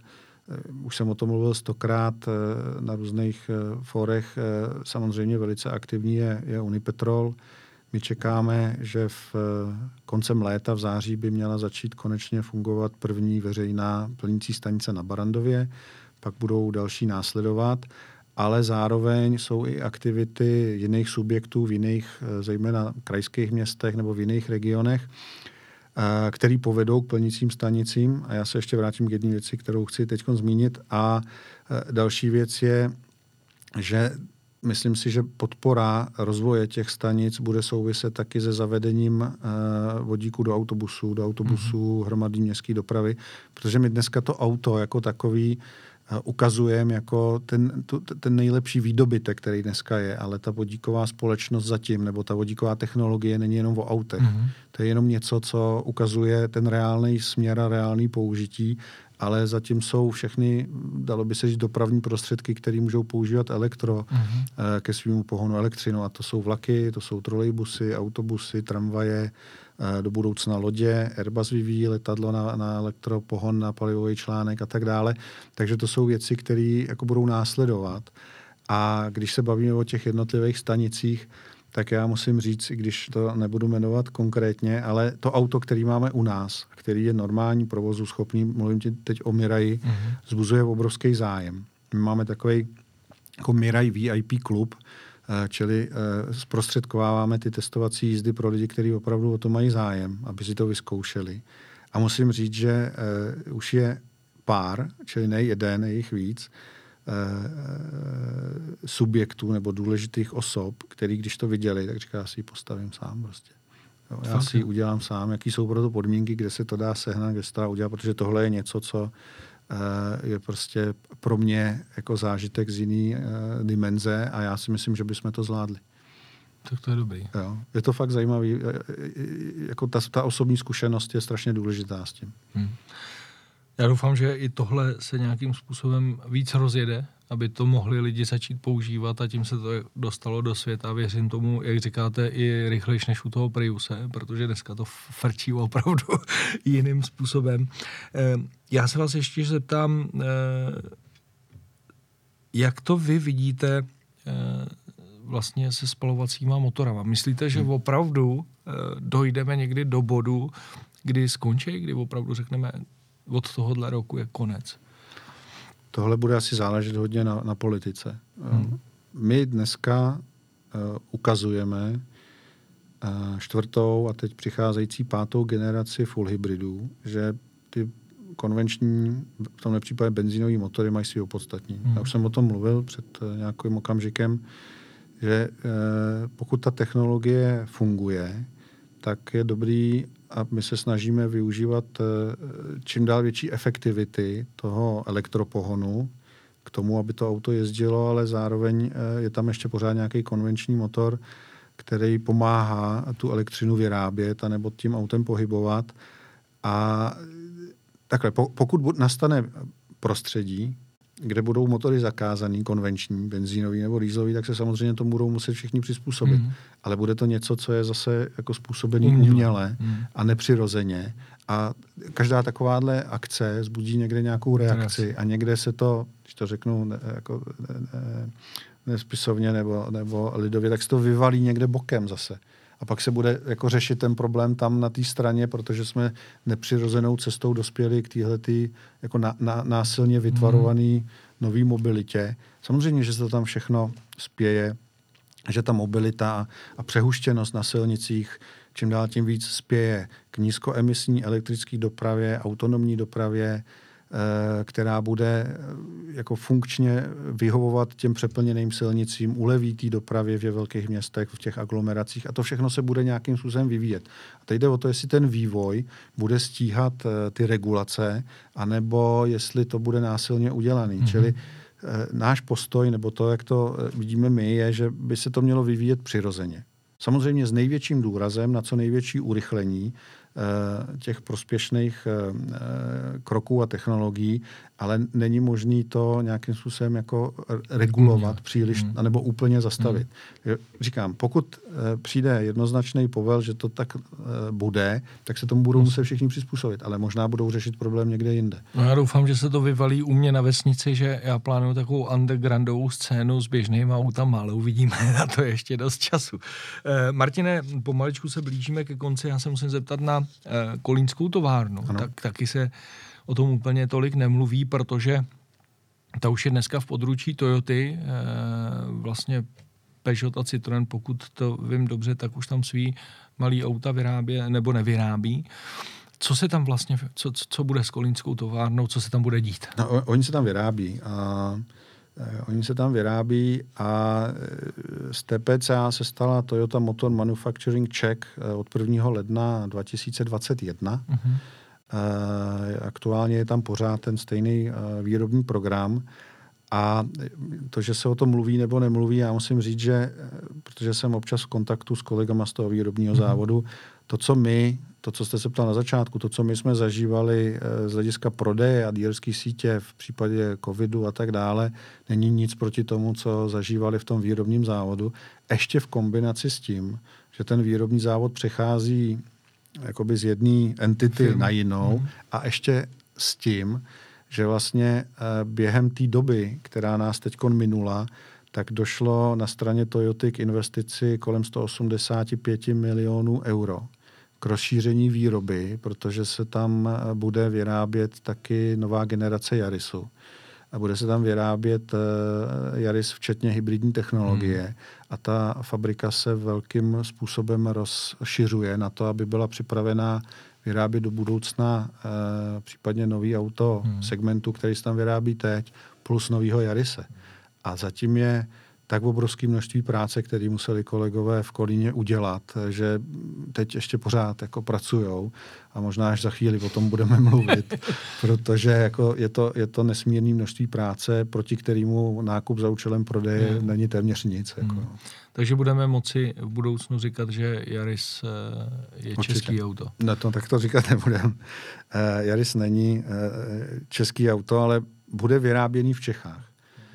Speaker 1: už jsem o tom mluvil stokrát na různých fórech, samozřejmě velice aktivní je, je Unipetrol. My čekáme, že v koncem léta v září by měla začít konečně fungovat první veřejná plnící stanice na Barrandově, pak budou další následovat, ale zároveň jsou i aktivity jiných subjektů v jiných, zejména krajských městech nebo v jiných regionech, který povedou k plnícím stanicím. A já se ještě vrátím k jedné věci, kterou chci teď zmínit. A další věc je, že myslím si, že podpora rozvoje těch stanic bude souviset taky se zavedením vodíku do autobusů, do autobusů mm-hmm. hromadné městské dopravy, protože my dneska to auto jako takový ukazujeme jako ten, tu, ten nejlepší výdobytek, který dneska je, ale ta vodíková společnost zatím, nebo ta vodíková technologie není jenom o autech. Mm-hmm. To je jenom něco, co ukazuje ten reálný směr a reálný použití, ale zatím jsou všechny, dalo by se říct, dopravní prostředky, které můžou používat elektro mm-hmm. ke svému pohonu elektřinu. A to jsou vlaky, to jsou trolejbusy, autobusy, tramvaje, do budoucna lodě, Airbus vyvíjí letadlo na, na elektropohon, na palivový článek a tak dále. Takže to jsou věci, které jako budou následovat. A když se bavíme o těch jednotlivých stanicích, tak já musím říct, i když to nebudu jmenovat konkrétně, ale to auto, který máme u nás, který je normální provozu schopný, mluvím teď o Miraji, mm-hmm. vzbuzuje obrovský zájem. My máme takový jako Mirai V I P klub, čili zprostředkováváme ty testovací jízdy pro lidi, kteří opravdu o to mají zájem, aby si to vyzkoušeli. A musím říct, že uh, už je pár, čili ne jeden, je jich víc, uh, subjektů nebo důležitých osob, který když to viděli, tak říká, já si ji postavím sám prostě. Jo, já si ji udělám sám, jaký jsou pro to podmínky, kde se to dá sehnat, kde se to dá udělat, protože tohle je něco, co je prostě pro mě jako zážitek z jiný uh, dimenze a já si myslím, že bychom to zvládli.
Speaker 2: Tak to je dobrý.
Speaker 1: Jo. Je to fakt zajímavý. Jako ta, ta osobní zkušenost je strašně důležitá s tím. Hmm.
Speaker 2: Já doufám, že i tohle se nějakým způsobem víc rozjede, aby to mohli lidi začít používat a tím se to dostalo do světa. Věřím tomu, jak říkáte, i rychlejš než u toho Priuse, protože dneska to frčí opravdu jiným způsobem. Já se vás ještě zeptám, jak to vy vidíte vlastně se spalovacíma motorama? Myslíte, že opravdu dojdeme někdy do bodu, kdy skončí, kdy opravdu řekneme, od tohohle roku je konec?
Speaker 1: Tohle bude asi záležet hodně na, na politice. Hmm. My dneska uh, ukazujeme uh, čtvrtou a teď přicházející pátou generaci full hybridů, že ty konvenční, v tomhle případě benzínový motory mají svý opodstatnění. Hmm. Já už jsem o tom mluvil před uh, nějakým okamžikem, že uh, pokud ta technologie funguje, tak je dobrý a my se snažíme využívat čím dál větší efektivity toho elektropohonu k tomu, aby to auto jezdilo, ale zároveň je tam ještě pořád nějaký konvenční motor, který pomáhá tu elektřinu vyrábět a nebo tím autem pohybovat. A takhle, pokud nastane prostředí, kde budou motory zakázaný, konvenční, benzínový nebo dieselový, tak se samozřejmě tomu budou muset všichni přizpůsobit. Mm. Ale bude to něco, co je zase jako způsobený uměle, uměle mm. a nepřirozeně. A každá takováhle akce zbudí někde nějakou reakci a někde se to, když to řeknu ne, jako ne, ne, nespisovně nebo, nebo lidově, tak se to vyvalí někde bokem zase. A pak se bude jako řešit ten problém tam na té straně, protože jsme nepřirozenou cestou dospěli k téhletý jako na, na, násilně vytvarovaný mm. nový mobilitě. Samozřejmě, že se to tam všechno spěje, že ta mobilita a přehuštěnost na silnicích čím dál tím víc spěje k nízkoemisní elektrické dopravě, autonomní dopravě, která bude jako funkčně vyhovovat těm přeplněným silnicím, uleví té dopravě v velkých městech, v těch aglomeracích a to všechno se bude nějakým způsobem vyvíjet. A teď jde o to, jestli ten vývoj bude stíhat ty regulace, anebo jestli to bude násilně udělaný. Mm-hmm. Čili náš postoj, nebo to, jak to vidíme my, je, že by se to mělo vyvíjet přirozeně. Samozřejmě s největším důrazem na co největší urychlení těch prospěšných kroků a technologií, ale není možný to nějakým způsobem jako regulovat příliš, mm. anebo úplně zastavit. Mm. Říkám, pokud přijde jednoznačný povel, že to tak bude, tak se tomu budou muset všichni přizpůsobit, ale možná budou řešit problém někde jinde.
Speaker 2: No já doufám, že se to vyvalí u mě na vesnici, že já plánuju takovou undergroundovou scénu s běžnýma autama, ale uvidíme, na to ještě dost času. Eh, Martine, pomaličku se blížíme ke konci, já se musím zeptat na eh, kolínskou továrnu. Tak, taky se o tom úplně tolik nemluví, protože ta už je dneska v područí Toyoty, eh, vlastně Peugeot a Citroën, pokud to vím dobře, tak už tam svý malý auta vyrábí nebo nevyrábí. Co se tam vlastně, co, co bude s kolínskou továrnou, co se tam bude dít?
Speaker 1: No, oni se tam vyrábí a eh, oni se tam vyrábí a z T P C A se stala Toyota Motor Manufacturing Czech od prvního ledna dva tisíce dvacet jedna. Uh-huh. Eh, aktuálně je tam pořád ten stejný eh, výrobní program a to, že se o tom mluví nebo nemluví, já musím říct, že protože jsem občas v kontaktu s kolegama z toho výrobního uh-huh. závodu, to, co my To, co jste se ptal na začátku, to, co my jsme zažívali z hlediska prodeje a dílerské sítě v případě covidu a tak dále, není nic proti tomu, co zažívali v tom výrobním závodu. Ještě v kombinaci s tím, že ten výrobní závod přechází jakoby z jedné entity Film. na jinou hmm. a ještě s tím, že vlastně během té doby, která nás teďkon minula, tak došlo na straně Toyoty k investici kolem sto osmdesát pět milionů euro k rozšíření výroby, protože se tam bude vyrábět taky nová generace Yarisu. A bude se tam vyrábět Yaris včetně hybridní technologie. Hmm. A ta fabrika se velkým způsobem rozšiřuje na to, aby byla připravená vyrábět do budoucna eh, případně nový auto hmm. segmentu, který se tam vyrábí teď, plus novýho Yarise. A zatím je tak obrovské množství práce, které museli kolegové v Kolíně udělat, že teď ještě pořád jako pracujou a možná až za chvíli o tom budeme mluvit, protože jako je, to, je to nesmírné množství práce, proti kterému nákup za účelem prodeje hmm. není téměř nic. Jako.
Speaker 2: Hmm. Takže budeme moci v budoucnu říkat, že Yaris je Určitě. český auto.
Speaker 1: No to, tak to říkat nebudeme. Uh, Yaris není uh, český auto, ale bude vyráběný v Čechách.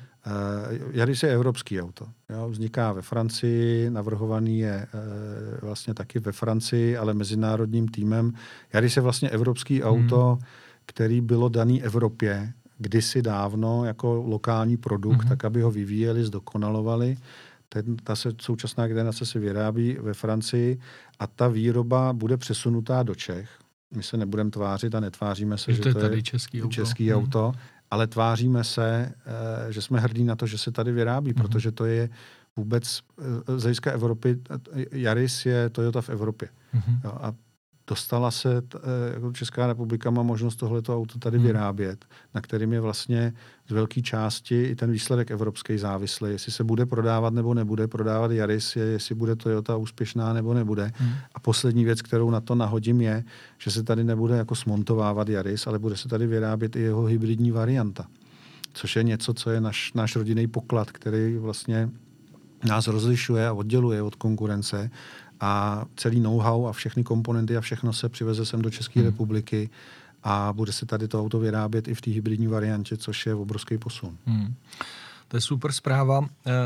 Speaker 1: Uh, Yaris je evropský auto. Jo? Vzniká ve Francii, navrhovaný je uh, vlastně taky ve Francii, ale mezinárodním týmem. Yaris je vlastně evropský hmm. auto, který bylo daný Evropě kdysi dávno jako lokální produkt, hmm. tak aby ho vyvíjeli, zdokonalovali. Ten, ta se, současná generace se vyrábí ve Francii a ta výroba bude přesunutá do Čech. My se nebudeme tvářit a netváříme se, že,
Speaker 2: že
Speaker 1: to
Speaker 2: je tady
Speaker 1: český
Speaker 2: auto,
Speaker 1: český hmm. auto, ale tváříme se, že jsme hrdí na to, že se tady vyrábí, hmm. protože to je vůbec z hlediska Evropy, Yaris je Toyota v Evropě. Hmm. Jo, a dostala se, jako Česká republika má možnost tohleto auto tady hmm. vyrábět, na kterým je vlastně z velké části i ten výsledek evropský závislý. Jestli se bude prodávat nebo nebude prodávat Yaris, je, jestli bude Toyota úspěšná nebo nebude. Hmm. A poslední věc, kterou na to nahodím, je, že se tady nebude jako smontovávat Yaris, ale bude se tady vyrábět i jeho hybridní varianta. Což je něco, co je naš, náš rodinný poklad, který vlastně nás rozlišuje a odděluje od konkurence. A celý know-how a všechny komponenty a všechno se přiveze sem do České hmm. republiky a bude se tady to auto vyrábět i v té hybridní variantě, což je obrovský posun. Hmm.
Speaker 2: To je super zpráva.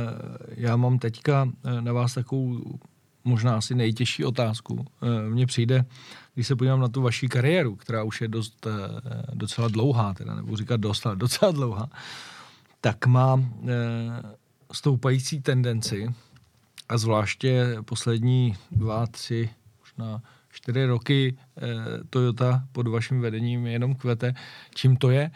Speaker 2: Já mám teďka na vás takovou možná asi nejtěžší otázku. Mně přijde, když se podívám na tu vaši kariéru, která už je dost, docela dlouhá, teda nebudu říkat dost, ale docela dlouhá, tak má stoupající tendenci. A zvláště poslední dva, tři, možná čtyři roky eh, Toyota pod vaším vedením jenom kvete. Čím to je?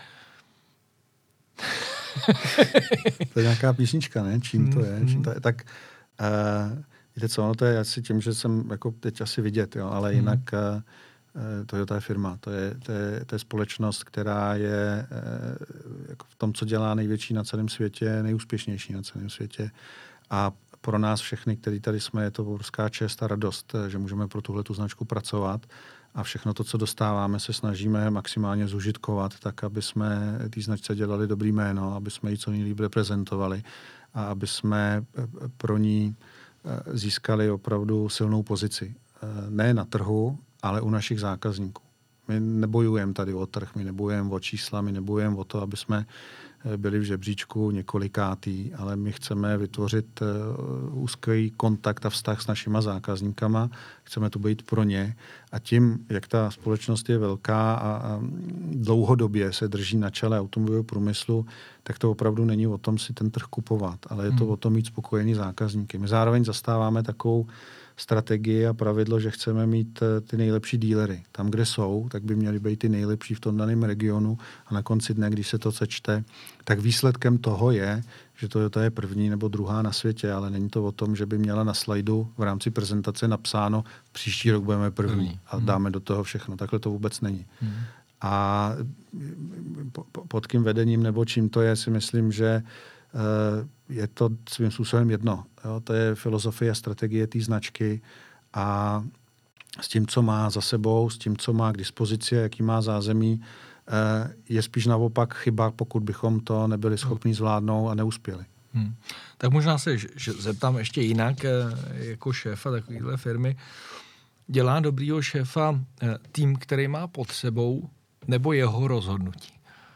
Speaker 1: To je nějaká písnička, ne? Čím to je? Čím to je? Tak uh, víte co, ono to je asi tím, že jsem jako teď asi vidět, jo, ale hmm. jinak uh, Toyota je firma. To je, to, je, to je společnost, která je uh, jako v tom, co dělá největší na celém světě, nejúspěšnější na celém světě. A pro nás všechny, kteří tady jsme, je to obrovská čest a radost, že můžeme pro tuhletu značku pracovat a všechno to, co dostáváme, se snažíme maximálně zužitkovat, tak, aby jsme té značce dělali dobrý jméno, aby jsme ji co nejlíp reprezentovali a aby jsme pro ní získali opravdu silnou pozici. Ne na trhu, ale u našich zákazníků. My nebojujeme tady o trh, my nebojujeme o čísla, my nebojujeme o to, aby jsme byli v žebříčku několikátý, ale my chceme vytvořit úzký kontakt a vztah s našima zákazníkama, chceme tu být pro ně a tím, jak ta společnost je velká a dlouhodobě se drží na čele automobilového průmyslu, tak to opravdu není o tom si ten trh kupovat, ale je to hmm. o tom mít spokojený zákazníky. My zároveň zastáváme takovou strategii a pravidlo, že chceme mít ty nejlepší dílery. Tam, kde jsou, tak by měli být ty nejlepší v tom daném regionu a na konci dne, když se to sečte, tak výsledkem toho je, že Toyota je první nebo druhá na světě, ale není to o tom, že by měla na slajdu v rámci prezentace napsáno příští rok budeme první a dáme do toho všechno. Takhle to vůbec není. Hmm. A pod kým vedením nebo čím to je, si myslím, že je to svým způsobem jedno. Jo? To je filozofie a strategie té značky a s tím, co má za sebou, s tím, co má k dispozici, jaký má zázemí, je spíš naopak chyba, pokud bychom to nebyli schopni zvládnout a neuspěli.
Speaker 2: Hmm. Tak možná se že zeptám ještě jinak, jako šéfa takovéhle firmy. Dělá dobrýho šéfa tým, který má pod sebou, nebo jeho rozhodnutí?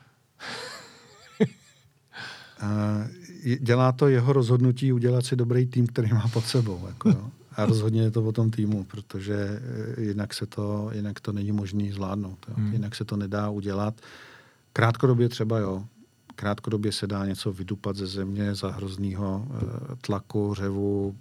Speaker 1: Dělá to jeho rozhodnutí udělat si dobrý tým, který má pod sebou. Jako, jo. A rozhodně je to o tom týmu, protože jinak, se to, jinak to není možné zvládnout. Jo. Hmm. Jinak se to nedá udělat. Krátkodobě třeba jo. Krátkodobě se dá něco vydupat ze země za hroznýho tlaku, řevu,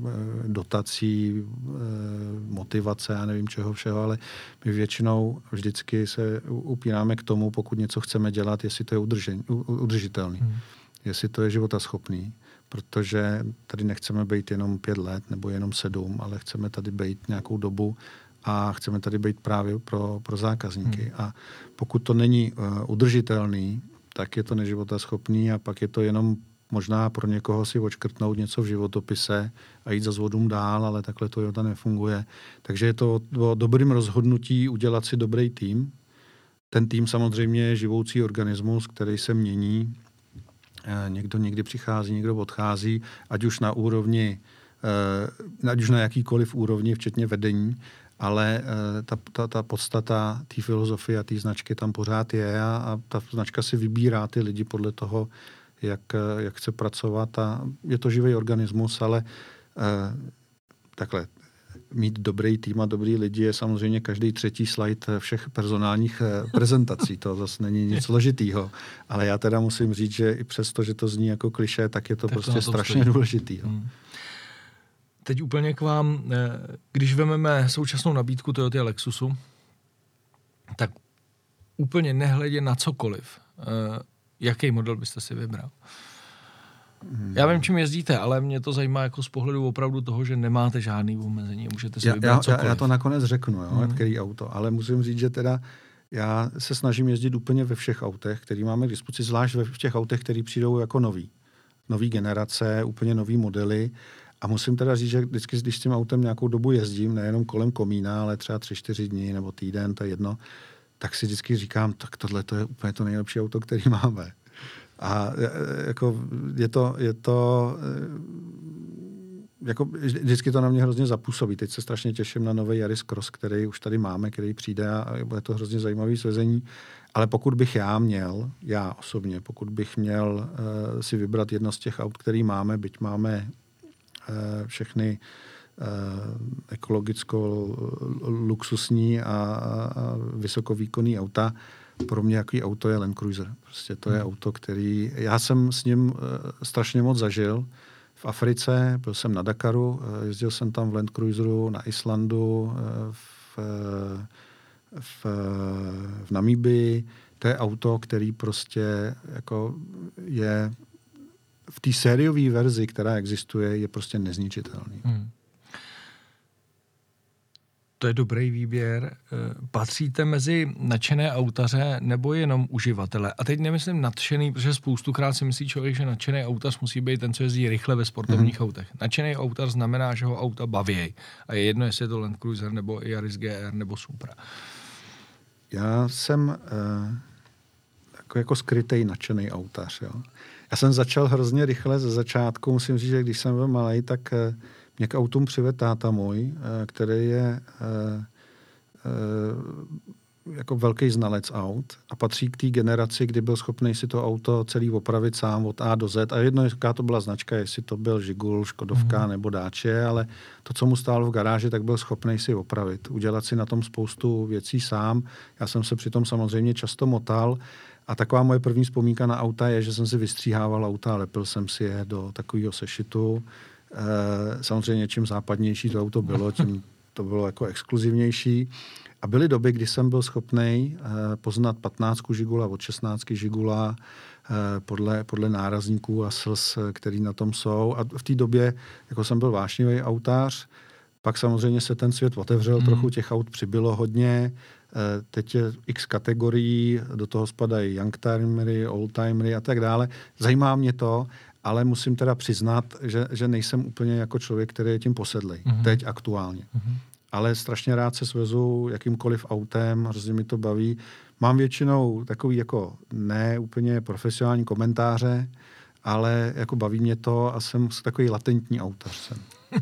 Speaker 1: dotací, motivace a nevím čeho všeho, ale my většinou vždycky se upínáme k tomu, pokud něco chceme dělat, jestli to je udržen, udržitelný. Hmm. Jestli to je životaschopný, protože tady nechceme být jenom pět let nebo jenom sedm, ale chceme tady být nějakou dobu a chceme tady být právě pro, pro zákazníky. Hmm. A pokud to není uh, udržitelný, tak je to neživotaschopný a pak je to jenom možná pro někoho si odškrtnout něco v životopise a jít za zvodům dál, ale takhle to Toyota nefunguje. Takže je to o dobrým rozhodnutí udělat si dobrý tým. Ten tým samozřejmě je živoucí organismus, který se mění. Někdo někdy přichází, někdo odchází, ať už na úrovni, ať už na jakýkoliv úrovni, včetně vedení, ale ta, ta, ta podstata té filozofie a té značky tam pořád je a, a ta značka si vybírá ty lidi podle toho, jak, jak chce pracovat a je to živý organismus, ale takhle, mít dobrý tým a dobrý lidi je samozřejmě každý třetí slide všech personálních prezentací. To zase není nic složitýho. Ale já teda musím říct, že i přesto, že to zní jako klišé, tak je to tak prostě to strašně stojí. Důležitý. Hmm.
Speaker 2: Teď úplně k vám, když vezmeme současnou nabídku Toyota a Lexusu, tak úplně nehledě na cokoliv, jaký model byste si vybral? Já vím, čím jezdíte, ale mě to zajímá jako z pohledu opravdu toho, že nemáte žádný omezení. Můžete si já, vybrat cokoliv.
Speaker 1: Já, já to nakonec řeknu, jo, hmm. který auto, ale musím říct, že teda já se snažím jezdit úplně ve všech autech, který máme k dispozici, zvlášť ve těch autech, který přijdou jako nový. Nový generace, úplně nový modely. A musím teda říct, že vždycky, když s tím autem nějakou dobu jezdím, nejenom kolem komína, ale třeba tři, čtyři dny nebo týden, to je jedno, tak si vždycky říkám, tak tohle to je úplně to nejlepší auto, který máme. A jako je to, je to jako vždycky to na mě hrozně zapůsobí. Teď se strašně těším na nový Yaris Cross, který už tady máme, který přijde a je to hrozně zajímavý svezení. Ale pokud bych já měl, já osobně, pokud bych měl uh, si vybrat jedno z těch aut, který máme, byť máme uh, všechny uh, ekologicko-luxusní a, a vysokovýkonný auta, pro mě jaký auto je Land Cruiser. Prostě to je auto, který... Já jsem s ním uh, strašně moc zažil v Africe, byl jsem na Dakaru, uh, jezdil jsem tam v Land Cruiseru, na Islandu, uh, v, uh, v, uh, v Namíbii. To je auto, který prostě jako je v té sériové verzi, která existuje, je prostě nezničitelný. Hmm.
Speaker 2: To je dobrý výběr. Patříte mezi nadšené autaře nebo jenom uživatele? A teď nemyslím nadšený, protože spoustukrát si myslí člověk, že nadšený autař musí být ten, co jezdí rychle ve sportovních hmm. autech. Nadšený autař znamená, že ho auta baví. A je jedno, jestli je to Land Cruiser nebo Yaris G R nebo Supra.
Speaker 1: Já jsem uh, jako, jako skrytej nadšený autař. Jo. Já jsem začal hrozně rychle ze začátku. Musím říct, že když jsem byl malej, tak uh, mě k autům přivedl táta můj, který je jako velký znalec aut a patří k té generaci, kdy byl schopný si to auto celý opravit sám od A do Z. A jedno, jaká to byla značka, jestli to byl Žigul, Škodovka mm. nebo Dacia, ale to, co mu stálo v garáži, tak byl schopný si opravit. Udělat si na tom spoustu věcí sám. Já jsem se přitom samozřejmě často motal. A taková moje první vzpomínka na auta je, že jsem si vystříhával auta a lepil jsem si je do takového sešitu. E, samozřejmě čím západnější to auto bylo, tím to bylo jako exkluzivnější. A byly doby, kdy jsem byl schopný eh, poznat patnáctku Žigula od šestnáctky Žigula eh, podle, podle nárazníků a slz, který na tom jsou. A v té době jako jsem byl vášnivý autář. Pak samozřejmě se ten svět otevřel, mm. trochu těch aut přibylo hodně. Eh, teď je x kategorií, do toho spadají youngtimery, oldtimery a tak dále. Zajímá mě to, ale musím teda přiznat, že, že nejsem úplně jako člověk, který je tím posedlej. Mm. Teď aktuálně. Mm. Ale strašně rád se svezu jakýmkoliv autem, hrozně mi to baví. Mám většinou takový jako ne úplně profesionální komentáře, ale jako baví mě to a jsem takový latentní autař. Jsem.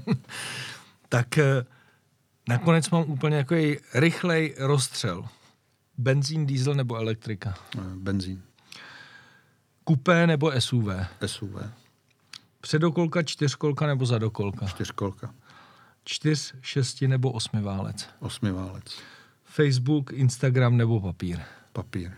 Speaker 2: Tak nakonec mám úplně takový rychlej rozstřel. Benzín, diesel nebo elektrika?
Speaker 1: Benzín.
Speaker 2: Kupé nebo S U V?
Speaker 1: S U V.
Speaker 2: Předokolka, čtyřkolka nebo zadokolka?
Speaker 1: Čtyřkolka.
Speaker 2: Čtyř, šesti nebo osmi válec?
Speaker 1: Osmi válec.
Speaker 2: Facebook, Instagram nebo papír?
Speaker 1: Papír.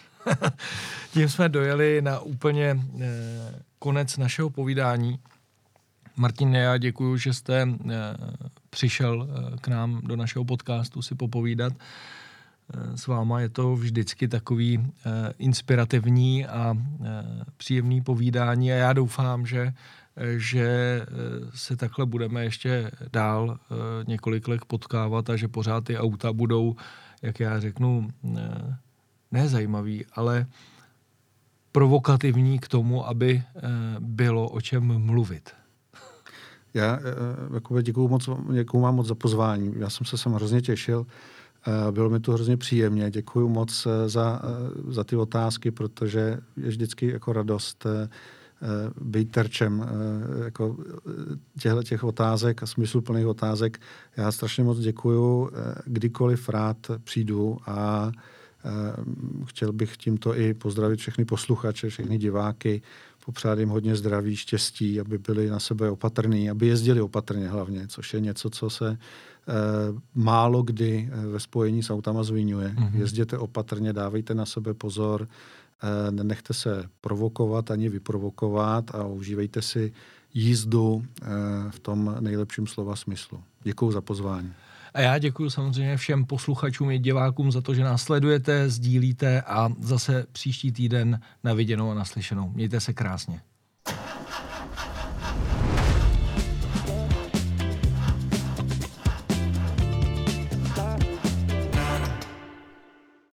Speaker 2: Tím jsme dojeli na úplně eh, konec našeho povídání. Martin, já děkuju, že jste eh, přišel eh, k nám do našeho podcastu si popovídat. Eh, s váma je to vždycky takový eh, inspirativní a eh, příjemný povídání a já doufám, že že se takhle budeme ještě dál několik let potkávat a že pořád ty auta budou, jak já řeknu, ne zajímavý, ale provokativní k tomu, aby bylo o čem mluvit.
Speaker 1: Já jako děkuju moc, děkuju vám moc za pozvání. Já jsem se sem hrozně těšil. Bylo mi to hrozně příjemně. Děkuju moc za, za ty otázky, protože je vždycky jako radost být terčem jako těchto těch otázek a smysluplných otázek. Já strašně moc děkuju. Kdykoliv rád přijdu a chtěl bych tímto i pozdravit všechny posluchače, všechny diváky, popřát jim hodně zdraví, štěstí, aby byli na sebe opatrní, aby jezdili opatrně hlavně, což je něco, co se málo kdy ve spojení s autama zmiňuje. Mm-hmm. Jezděte opatrně, dávejte na sebe pozor, nenechte se provokovat ani vyprovokovat a užívejte si jízdu v tom nejlepším slova smyslu. Děkuju za pozvání.
Speaker 2: A já děkuju samozřejmě všem posluchačům i divákům za to, že nás sledujete, sdílíte a zase příští týden na viděnou a naslyšenou. Mějte se krásně.